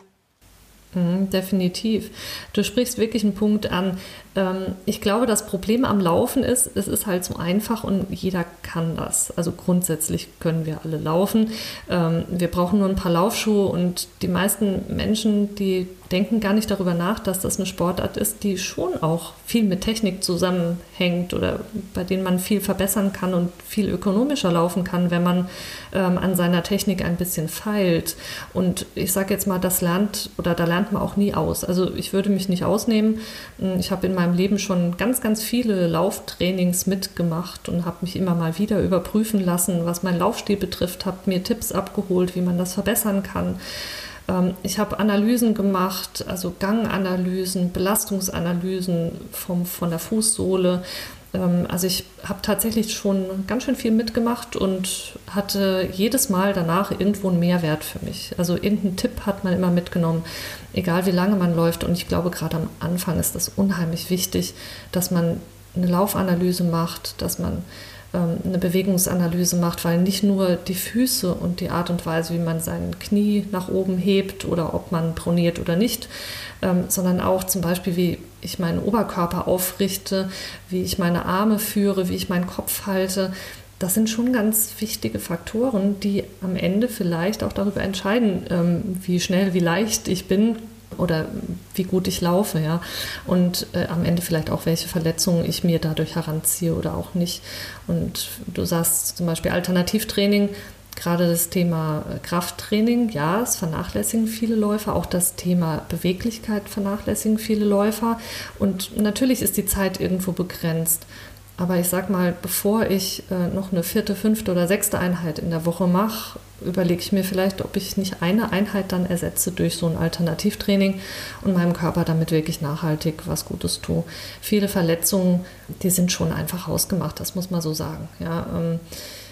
Definitiv. Du sprichst wirklich einen Punkt an. Ich glaube, das Problem am Laufen ist, es ist halt so einfach und jeder kann das. Also grundsätzlich können wir alle laufen. Wir brauchen nur ein paar Laufschuhe, und die meisten Menschen, die denken gar nicht darüber nach, dass das eine Sportart ist, die schon auch viel mit Technik zusammenhängt oder bei denen man viel verbessern kann und viel ökonomischer laufen kann, wenn man an seiner Technik ein bisschen feilt. Und ich sage jetzt mal, da lernt man auch nie aus. Also ich würde mich nicht ausnehmen. Ich habe in meinem Leben schon ganz, ganz viele Lauftrainings mitgemacht und habe mich immer mal wieder überprüfen lassen, was mein Laufstil betrifft, habe mir Tipps abgeholt, wie man das verbessern kann. Ich habe Analysen gemacht, also Ganganalysen, Belastungsanalysen von der Fußsohle. Also ich habe tatsächlich schon ganz schön viel mitgemacht und hatte jedes Mal danach irgendwo einen Mehrwert für mich. Also irgendeinen Tipp hat man immer mitgenommen, egal wie lange man läuft. Und ich glaube, gerade am Anfang ist das unheimlich wichtig, dass man eine Laufanalyse macht, dass man eine Bewegungsanalyse macht, weil nicht nur die Füße und die Art und Weise, wie man sein Knie nach oben hebt oder ob man proniert oder nicht, sondern auch zum Beispiel, wie ich meinen Oberkörper aufrichte, wie ich meine Arme führe, wie ich meinen Kopf halte. Das sind schon ganz wichtige Faktoren, die am Ende vielleicht auch darüber entscheiden, wie schnell, wie leicht ich bin oder wie gut ich laufe, ja. Und am Ende vielleicht auch, welche Verletzungen ich mir dadurch heranziehe oder auch nicht. Und du sagst zum Beispiel Alternativtraining, gerade das Thema Krafttraining, ja, es vernachlässigen viele Läufer. Auch das Thema Beweglichkeit vernachlässigen viele Läufer. Und natürlich ist die Zeit irgendwo begrenzt. Aber ich sag mal, bevor ich noch eine 4., 5. oder 6. Einheit in der Woche mache, überlege ich mir vielleicht, ob ich nicht eine Einheit dann ersetze durch so ein Alternativtraining und meinem Körper damit wirklich nachhaltig was Gutes tue. Viele Verletzungen, die sind schon einfach hausgemacht, das muss man so sagen. Ja,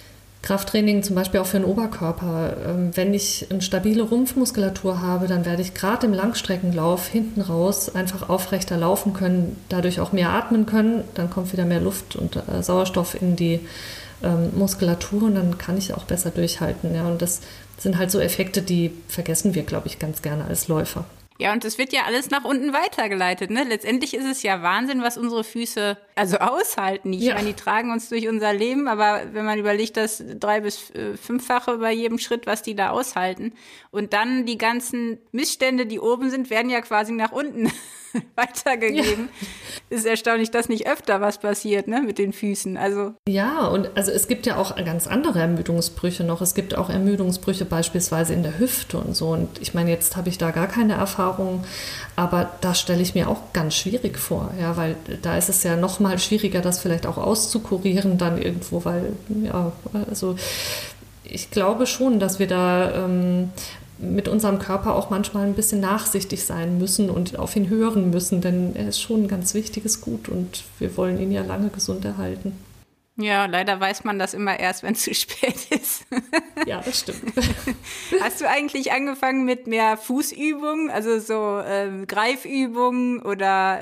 Krafttraining zum Beispiel auch für den Oberkörper. Wenn ich eine stabile Rumpfmuskulatur habe, dann werde ich gerade im Langstreckenlauf hinten raus einfach aufrechter laufen können, dadurch auch mehr atmen können. Dann kommt wieder mehr Luft und Sauerstoff in die Muskulatur und dann kann ich auch besser durchhalten. Ja. Und das sind halt so Effekte, die vergessen wir, glaube ich, ganz gerne als Läufer. Ja, und das wird ja alles nach unten weitergeleitet, ne? Letztendlich ist es ja Wahnsinn, was unsere Füße also aushalten. Ich meine, die tragen uns durch unser Leben, aber wenn man überlegt, das 3- bis 5-fache bei jedem Schritt, was die da aushalten. Und dann die ganzen Missstände, die oben sind, werden ja quasi nach unten weitergegeben. Ja. Ist erstaunlich, dass nicht öfter was passiert, ne, mit den Füßen. Also ja, und also es gibt ja auch ganz andere Ermüdungsbrüche noch. Es gibt auch Ermüdungsbrüche beispielsweise in der Hüfte und so. Und ich meine, jetzt habe ich da gar keine Erfahrung, aber das stelle ich mir auch ganz schwierig vor, ja, weil da ist es ja noch mal schwieriger, das vielleicht auch auszukurieren dann irgendwo, weil, ja, also ich glaube schon, dass wir da mit unserem Körper auch manchmal ein bisschen nachsichtig sein müssen und auf ihn hören müssen, denn er ist schon ein ganz wichtiges Gut und wir wollen ihn ja lange gesund erhalten. Ja, leider weiß man das immer erst, wenn es zu spät ist. Ja, das stimmt. Hast du eigentlich angefangen mit mehr Fußübungen, also so Greifübungen oder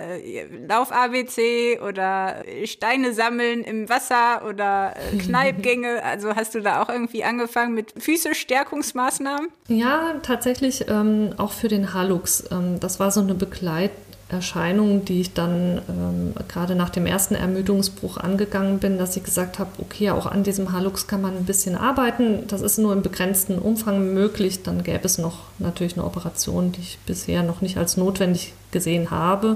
Lauf-ABC oder Steine sammeln im Wasser oder Kneipgänge? Also hast du da auch irgendwie angefangen mit Füße-Stärkungsmaßnahmen? Ja, tatsächlich auch für den Halux. Das war so eine Begleiterscheinung, die ich dann gerade nach dem ersten Ermüdungsbruch angegangen bin, dass ich gesagt habe, okay, auch an diesem Halux kann man ein bisschen arbeiten. Das ist nur im begrenzten Umfang möglich. Dann gäbe es noch natürlich eine Operation, die ich bisher noch nicht als notwendig gesehen habe.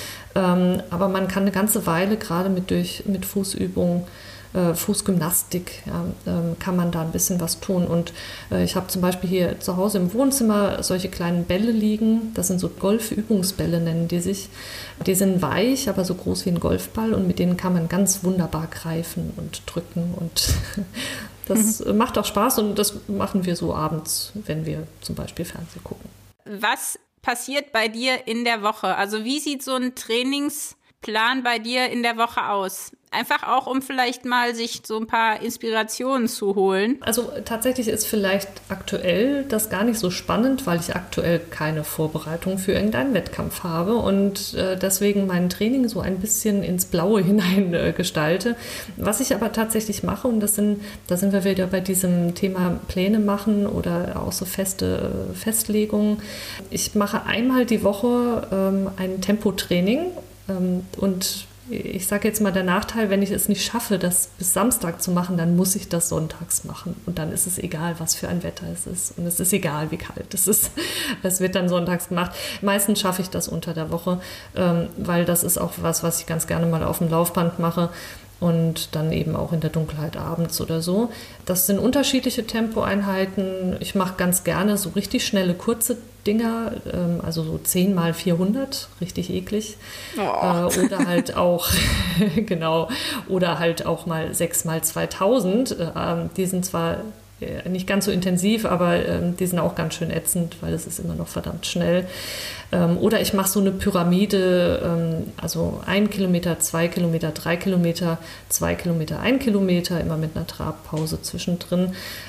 Aber man kann eine ganze Weile gerade mit Fußübungen, Fußgymnastik, ja, kann man da ein bisschen was tun. Und ich habe zum Beispiel hier zu Hause im Wohnzimmer solche kleinen Bälle liegen. Das sind so Golfübungsbälle, nennen die sich. Die sind weich, aber so groß wie ein Golfball und mit denen kann man ganz wunderbar greifen und drücken. Und das macht auch Spaß und das machen wir so abends, wenn wir zum Beispiel Fernsehen gucken. Was passiert bei dir in der Woche? Also wie sieht so ein Trainingsplan bei dir in der Woche aus? Einfach auch, um vielleicht mal sich so ein paar Inspirationen zu holen. Also tatsächlich ist vielleicht aktuell das gar nicht so spannend, weil ich aktuell keine Vorbereitung für irgendeinen Wettkampf habe und deswegen mein Training so ein bisschen ins Blaue hinein gestalte. Was ich aber tatsächlich mache, und da sind wir wieder bei diesem Thema Pläne machen oder auch so feste Festlegungen. Ich mache einmal die Woche ein Tempotraining und ich sage jetzt mal, der Nachteil, wenn ich es nicht schaffe, das bis Samstag zu machen, dann muss ich das sonntags machen. Und dann ist es egal, was für ein Wetter es ist. Und es ist egal, wie kalt es ist. Es wird dann sonntags gemacht. Meistens schaffe ich das unter der Woche, weil das ist auch was ich ganz gerne mal auf dem Laufband mache. Und dann eben auch in der Dunkelheit abends oder so. Das sind unterschiedliche Tempoeinheiten. Ich mache ganz gerne so richtig schnelle, kurze Dinger, also so 10 mal 400, richtig eklig. Oh. Oder halt auch, genau, oder halt auch mal 6 mal 2000. Die sind zwar nicht ganz so intensiv, aber die sind auch ganz schön ätzend, weil es ist immer noch verdammt schnell. Oder ich mache so eine Pyramide, also 1 Kilometer, 2 Kilometer, 3 Kilometer, 2 Kilometer, 1 Kilometer, immer mit einer Trabpause zwischendrin.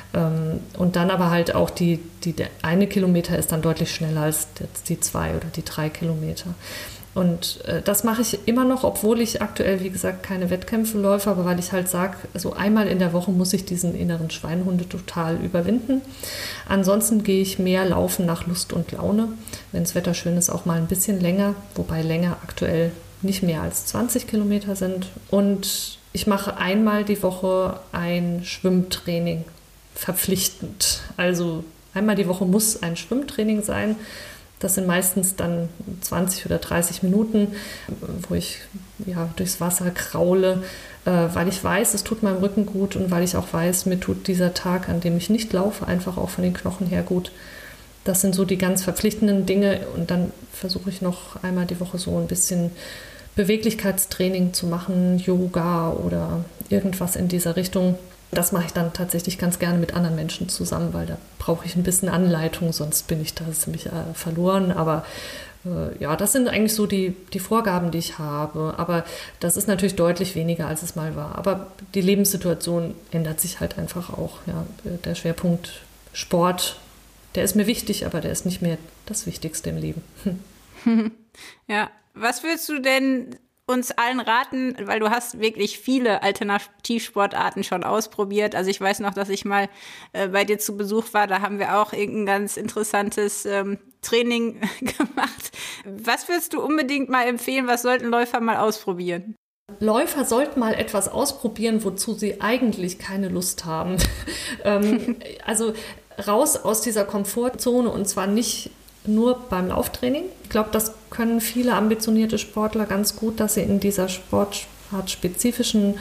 Und dann aber halt auch der 1 Kilometer ist dann deutlich schneller als die 2 oder die 3 Kilometer. Und das mache ich immer noch, obwohl ich aktuell, wie gesagt, keine Wettkämpfe läufe, aber weil ich halt sage, so einmal in der Woche muss ich diesen inneren Schweinehund total überwinden. Ansonsten gehe ich mehr laufen nach Lust und Laune, wenn das Wetter schön ist, auch mal ein bisschen länger, wobei länger aktuell nicht mehr als 20 Kilometer sind. Und ich mache einmal die Woche ein Schwimmtraining, verpflichtend. Also einmal die Woche muss ein Schwimmtraining sein. Das sind meistens dann 20 oder 30 Minuten, wo ich durchs Wasser kraule, weil ich weiß, es tut meinem Rücken gut und weil ich auch weiß, mir tut dieser Tag, an dem ich nicht laufe, einfach auch von den Knochen her gut. Das sind so die ganz verpflichtenden Dinge und dann versuche ich noch einmal die Woche so ein bisschen Beweglichkeitstraining zu machen, Yoga oder irgendwas in dieser Richtung. Das mache ich dann tatsächlich ganz gerne mit anderen Menschen zusammen, weil da brauche ich ein bisschen Anleitung, sonst bin ich da ziemlich verloren. Aber Ja, das sind eigentlich so die Vorgaben, die ich habe. Aber das ist natürlich deutlich weniger, als es mal war. Aber die Lebenssituation ändert sich halt einfach auch. Ja. Der Schwerpunkt Sport, der ist mir wichtig, aber der ist nicht mehr das Wichtigste im Leben. Ja, was würdest du denn uns allen raten, weil du hast wirklich viele Alternativsportarten schon ausprobiert. Also ich weiß noch, dass ich mal bei dir zu Besuch war, da haben wir auch irgendein ganz interessantes Training gemacht. Was würdest du unbedingt mal empfehlen, was sollten Läufer mal ausprobieren? Läufer sollten mal etwas ausprobieren, wozu sie eigentlich keine Lust haben. Also raus aus dieser Komfortzone und zwar nicht nur beim Lauftraining. Ich glaube, das können viele ambitionierte Sportler ganz gut, dass sie in diesem sportartspezifischen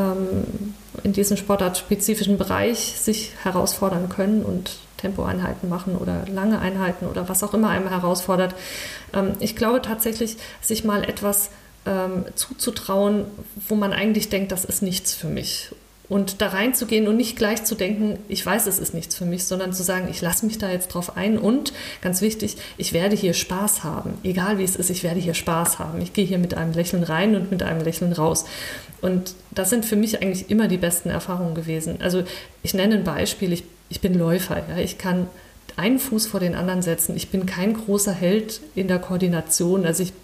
Bereich sich herausfordern können und Tempoeinheiten machen oder lange Einheiten oder was auch immer einem herausfordert. Ich glaube tatsächlich, sich mal etwas zuzutrauen, wo man eigentlich denkt, das ist nichts für mich. Und da reinzugehen und nicht gleich zu denken, ich weiß, es ist nichts für mich, sondern zu sagen, ich lasse mich da jetzt drauf ein und, ganz wichtig, ich werde hier Spaß haben. Egal wie es ist, ich werde hier Spaß haben. Ich gehe hier mit einem Lächeln rein und mit einem Lächeln raus. Und das sind für mich eigentlich immer die besten Erfahrungen gewesen. Also ich nenne ein Beispiel, ich bin Läufer, ja? Ich kann einen Fuß vor den anderen setzen. Ich bin kein großer Held in der Koordination, also ich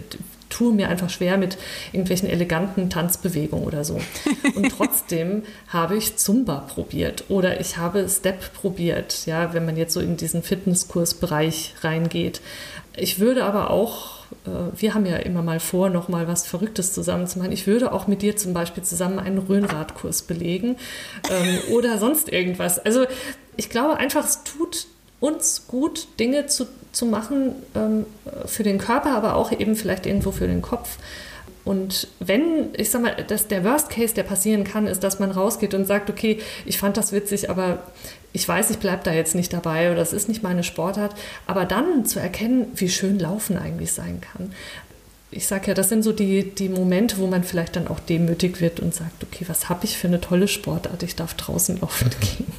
tue mir einfach schwer mit irgendwelchen eleganten Tanzbewegungen oder so. Und trotzdem habe ich Zumba probiert oder ich habe Step probiert, ja, wenn man jetzt so in diesen Fitnesskursbereich reingeht. Ich würde aber auch, wir haben ja immer mal vor, noch mal was Verrücktes zusammen zu machen. Ich würde auch mit dir zum Beispiel zusammen einen Rhönradkurs belegen oder sonst irgendwas. Also ich glaube einfach, es tut uns gut, Dinge zu machen für den Körper, aber auch eben vielleicht irgendwo für den Kopf. Und wenn, ich sag mal, der Worst Case, der passieren kann, ist, dass man rausgeht und sagt, okay, ich fand das witzig, aber ich weiß, ich bleibe da jetzt nicht dabei oder das ist nicht meine Sportart. Aber dann zu erkennen, wie schön Laufen eigentlich sein kann. Ich sage ja, das sind so die Momente, wo man vielleicht dann auch demütig wird und sagt, okay, was habe ich für eine tolle Sportart, ich darf draußen laufen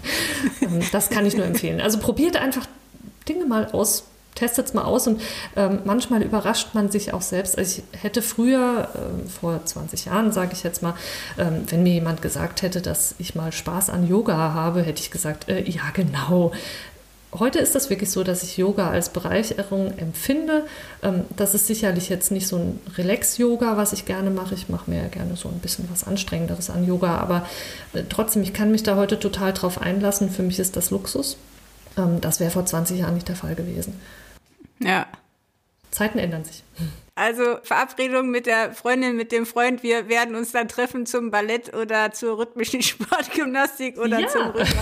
gehen. Das kann ich nur empfehlen. Also probiert einfach Dinge mal aus, testet es mal aus und manchmal überrascht man sich auch selbst. Also ich hätte früher, vor 20 Jahren, sage ich jetzt mal, wenn mir jemand gesagt hätte, dass ich mal Spaß an Yoga habe, hätte ich gesagt, ja genau. Heute ist das wirklich so, dass ich Yoga als Bereicherung empfinde. Das ist sicherlich jetzt nicht so ein Relax-Yoga, was ich gerne mache. Ich mache mir ja gerne so ein bisschen was Anstrengenderes an Yoga, aber trotzdem, ich kann mich da heute total drauf einlassen. Für mich ist das Luxus. Das wäre vor 20 Jahren nicht der Fall gewesen. Ja. Zeiten ändern sich. Also Verabredung mit der Freundin, mit dem Freund, wir werden uns dann treffen zum Ballett oder zur rhythmischen Sportgymnastik oder zum Rückwärts.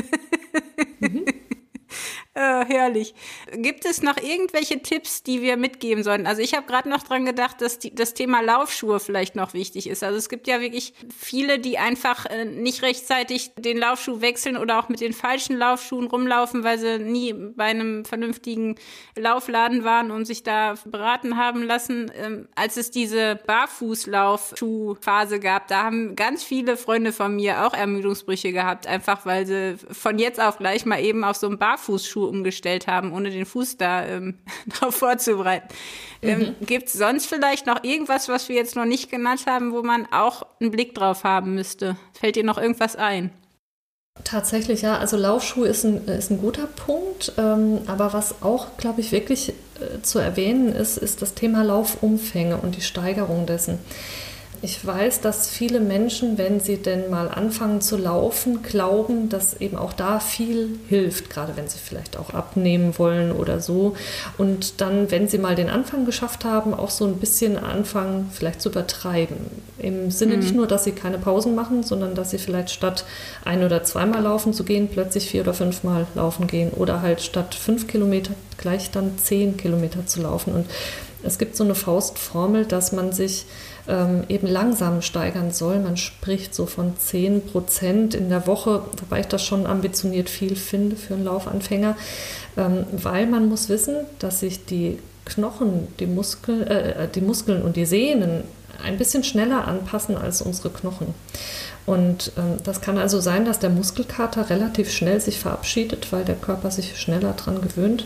Herrlich. Gibt es noch irgendwelche Tipps, die wir mitgeben sollten? Also ich habe gerade noch dran gedacht, dass das Thema Laufschuhe vielleicht noch wichtig ist. Also es gibt ja wirklich viele, die einfach nicht rechtzeitig den Laufschuh wechseln oder auch mit den falschen Laufschuhen rumlaufen, weil sie nie bei einem vernünftigen Laufladen waren und sich da beraten haben lassen. Als es diese Barfußlaufschuhphase gab, da haben ganz viele Freunde von mir auch Ermüdungsbrüche gehabt, einfach weil sie von jetzt auf gleich mal eben auf so einen Barfußschuh umgestellt haben, ohne den Fuß da drauf vorzubereiten. Gibt es sonst vielleicht noch irgendwas, was wir jetzt noch nicht genannt haben, wo man auch einen Blick drauf haben müsste? Fällt dir noch irgendwas ein? Tatsächlich, ja. Also Laufschuh ist ein guter Punkt. Aber was auch, glaube ich, wirklich zu erwähnen ist das Thema Laufumfänge und die Steigerung dessen. Ich weiß, dass viele Menschen, wenn sie denn mal anfangen zu laufen, glauben, dass eben auch da viel hilft, gerade wenn sie vielleicht auch abnehmen wollen oder so. Und dann, wenn sie mal den Anfang geschafft haben, auch so ein bisschen anfangen, vielleicht zu übertreiben. Im Sinne nicht nur, dass sie keine Pausen machen, sondern dass sie vielleicht statt 1- oder zweimal laufen zu gehen, plötzlich 4- oder 5-mal laufen gehen oder halt statt 5 Kilometer gleich dann 10 Kilometer zu laufen. Und es gibt so eine Faustformel, dass man sich eben langsam steigern soll. Man spricht so von 10% in der Woche, wobei ich das schon ambitioniert viel finde für einen Laufanfänger, weil man muss wissen, dass sich die Knochen, die Muskeln und die Sehnen ein bisschen schneller anpassen als unsere Knochen. Und das kann also sein, dass der Muskelkater relativ schnell sich verabschiedet, weil der Körper sich schneller daran gewöhnt.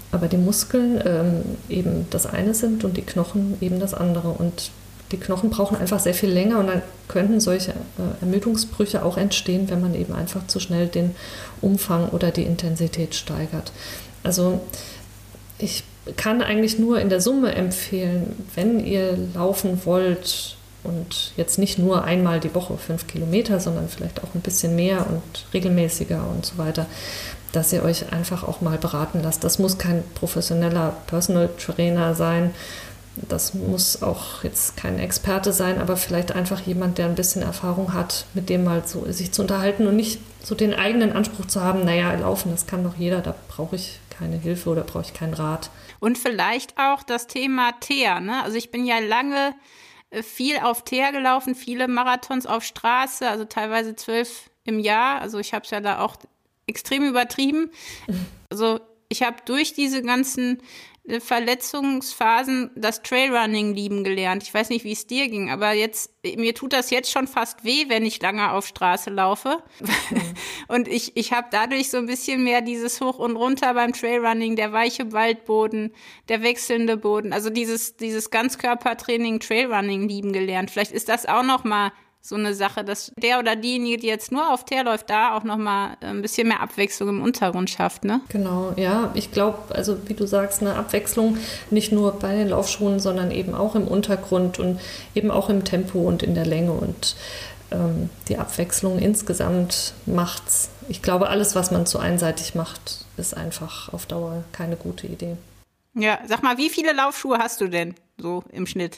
aber die Muskeln eben das eine sind und die Knochen eben das andere. Und die Knochen brauchen einfach sehr viel länger und dann könnten solche Ermüdungsbrüche auch entstehen, wenn man eben einfach zu schnell den Umfang oder die Intensität steigert. Also ich kann eigentlich nur in der Summe empfehlen, wenn ihr laufen wollt und jetzt nicht nur einmal die Woche 5 Kilometer, sondern vielleicht auch ein bisschen mehr und regelmäßiger und so weiter, dass ihr euch einfach auch mal beraten lasst. Das muss kein professioneller Personal Trainer sein, das muss auch jetzt kein Experte sein, aber vielleicht einfach jemand, der ein bisschen Erfahrung hat, mit dem mal so sich zu unterhalten und nicht so den eigenen Anspruch zu haben, naja, laufen, das kann doch jeder, da brauche ich keine Hilfe oder brauche ich keinen Rat. Und vielleicht auch das Thema Teer, ne? Also ich bin ja lange viel auf Teer gelaufen, viele Marathons auf Straße, also teilweise 12 im Jahr. Also ich habe es ja da auch extrem übertrieben. Also ich habe durch diese ganzen Verletzungsphasen das Trailrunning lieben gelernt. Ich weiß nicht, wie es dir ging, aber mir tut das jetzt schon fast weh, wenn ich lange auf Straße laufe. Und ich habe dadurch so ein bisschen mehr dieses Hoch und Runter beim Trailrunning, der weiche Waldboden, der wechselnde Boden, also dieses Ganzkörpertraining, Trailrunning lieben gelernt. Vielleicht ist das auch noch mal so eine Sache, dass der oder diejenige, die jetzt nur auf Teer läuft, da auch nochmal ein bisschen mehr Abwechslung im Untergrund schafft, ne? Genau, ja. Ich glaube, also wie du sagst, eine Abwechslung nicht nur bei den Laufschuhen, sondern eben auch im Untergrund und eben auch im Tempo und in der Länge. Und die Abwechslung insgesamt macht's. Ich glaube, alles, was man zu einseitig macht, ist einfach auf Dauer keine gute Idee. Ja, sag mal, wie viele Laufschuhe hast du denn so im Schnitt?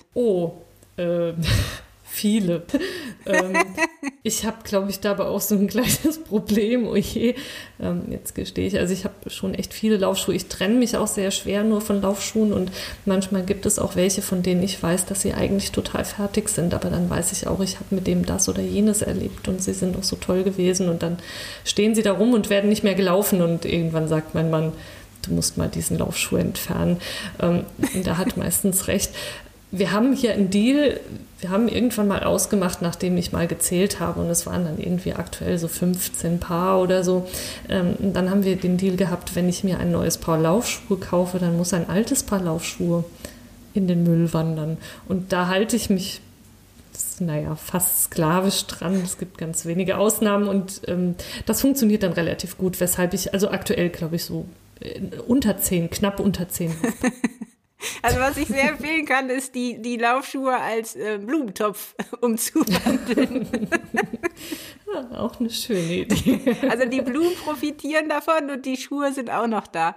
Viele. Ich habe, glaube ich, dabei auch so ein kleines Problem. Oh je, jetzt gestehe ich, also ich habe schon echt viele Laufschuhe. Ich trenne mich auch sehr schwer nur von Laufschuhen und manchmal gibt es auch welche, von denen ich weiß, dass sie eigentlich total fertig sind, aber dann weiß ich auch, ich habe mit dem das oder jenes erlebt und sie sind auch so toll gewesen und dann stehen sie da rum und werden nicht mehr gelaufen und irgendwann sagt mein Mann, du musst mal diesen Laufschuh entfernen. Der hat meistens recht. Wir haben hier einen Deal, wir haben irgendwann mal ausgemacht, nachdem ich mal gezählt habe und es waren dann irgendwie aktuell so 15 Paar oder so. Dann haben wir den Deal gehabt, wenn ich mir ein neues Paar Laufschuhe kaufe, dann muss ein altes Paar Laufschuhe in den Müll wandern. Und da halte ich mich, fast sklavisch dran. Es gibt ganz wenige Ausnahmen und das funktioniert dann relativ gut, weshalb ich, also aktuell glaube ich so knapp unter 10 habe. Also was ich sehr empfehlen kann, ist die Laufschuhe als Blumentopf umzuwandeln. Ja, auch eine schöne Idee. Also die Blumen profitieren davon und die Schuhe sind auch noch da.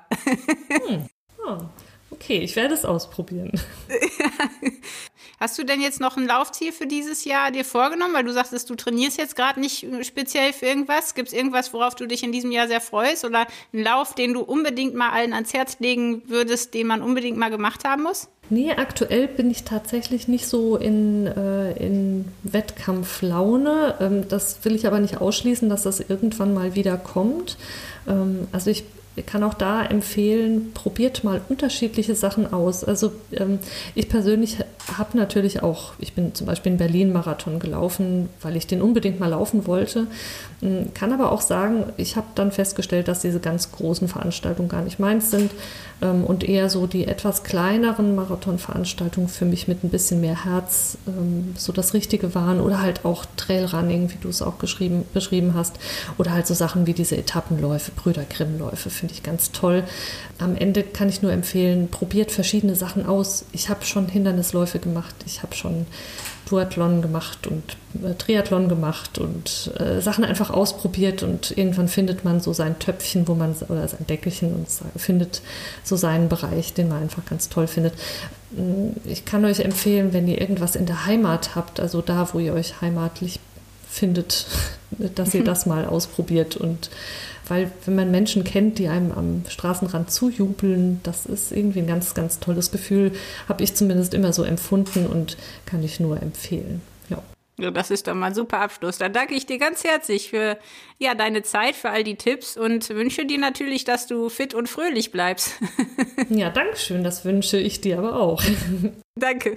Okay, ich werde es ausprobieren. Hast du denn jetzt noch ein Laufziel für dieses Jahr dir vorgenommen? Weil du sagtest, du trainierst jetzt gerade nicht speziell für irgendwas. Gibt es irgendwas, worauf du dich in diesem Jahr sehr freust? Oder einen Lauf, den du unbedingt mal allen ans Herz legen würdest, den man unbedingt mal gemacht haben muss? Nee, aktuell bin ich tatsächlich nicht so in Wettkampflaune. Das will ich aber nicht ausschließen, dass das irgendwann mal wieder kommt. Also ich kann auch da empfehlen, probiert mal unterschiedliche Sachen aus. Also ich persönlich habe natürlich auch, ich bin zum Beispiel in Berlin-Marathon gelaufen, weil ich den unbedingt mal laufen wollte, kann aber auch sagen, ich habe dann festgestellt, dass diese ganz großen Veranstaltungen gar nicht meins sind und eher so die etwas kleineren Marathonveranstaltungen für mich mit ein bisschen mehr Herz so das Richtige waren oder halt auch Trailrunning, wie du es auch beschrieben hast, oder halt so Sachen wie diese Etappenläufe, Brüder Grimm-Läufe, finde ich ganz toll. Am Ende kann ich nur empfehlen, probiert verschiedene Sachen aus. Ich habe schon Hindernisläufe gemacht, ich habe schon Duathlon gemacht und Triathlon gemacht und Sachen einfach ausprobiert und irgendwann findet man so sein Töpfchen, oder sein Deckelchen und findet so seinen Bereich, den man einfach ganz toll findet. Ich kann euch empfehlen, wenn ihr irgendwas in der Heimat habt, also da, wo ihr euch heimatlich findet, dass ihr das mal ausprobiert und weil wenn man Menschen kennt, die einem am Straßenrand zujubeln, das ist irgendwie ein ganz, ganz tolles Gefühl, habe ich zumindest immer so empfunden und kann ich nur empfehlen. Ja, das ist doch mal ein super Abschluss. Dann danke ich dir ganz herzlich für deine Zeit, für all die Tipps und wünsche dir natürlich, dass du fit und fröhlich bleibst. Ja, danke schön, das wünsche ich dir aber auch. Danke.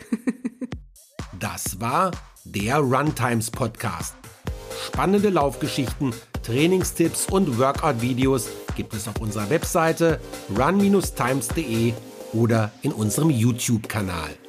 Das war der Runtimes Podcast. Spannende Laufgeschichten Trainingstipps und Workout-Videos gibt es auf unserer Webseite run-times.de oder in unserem YouTube-Kanal.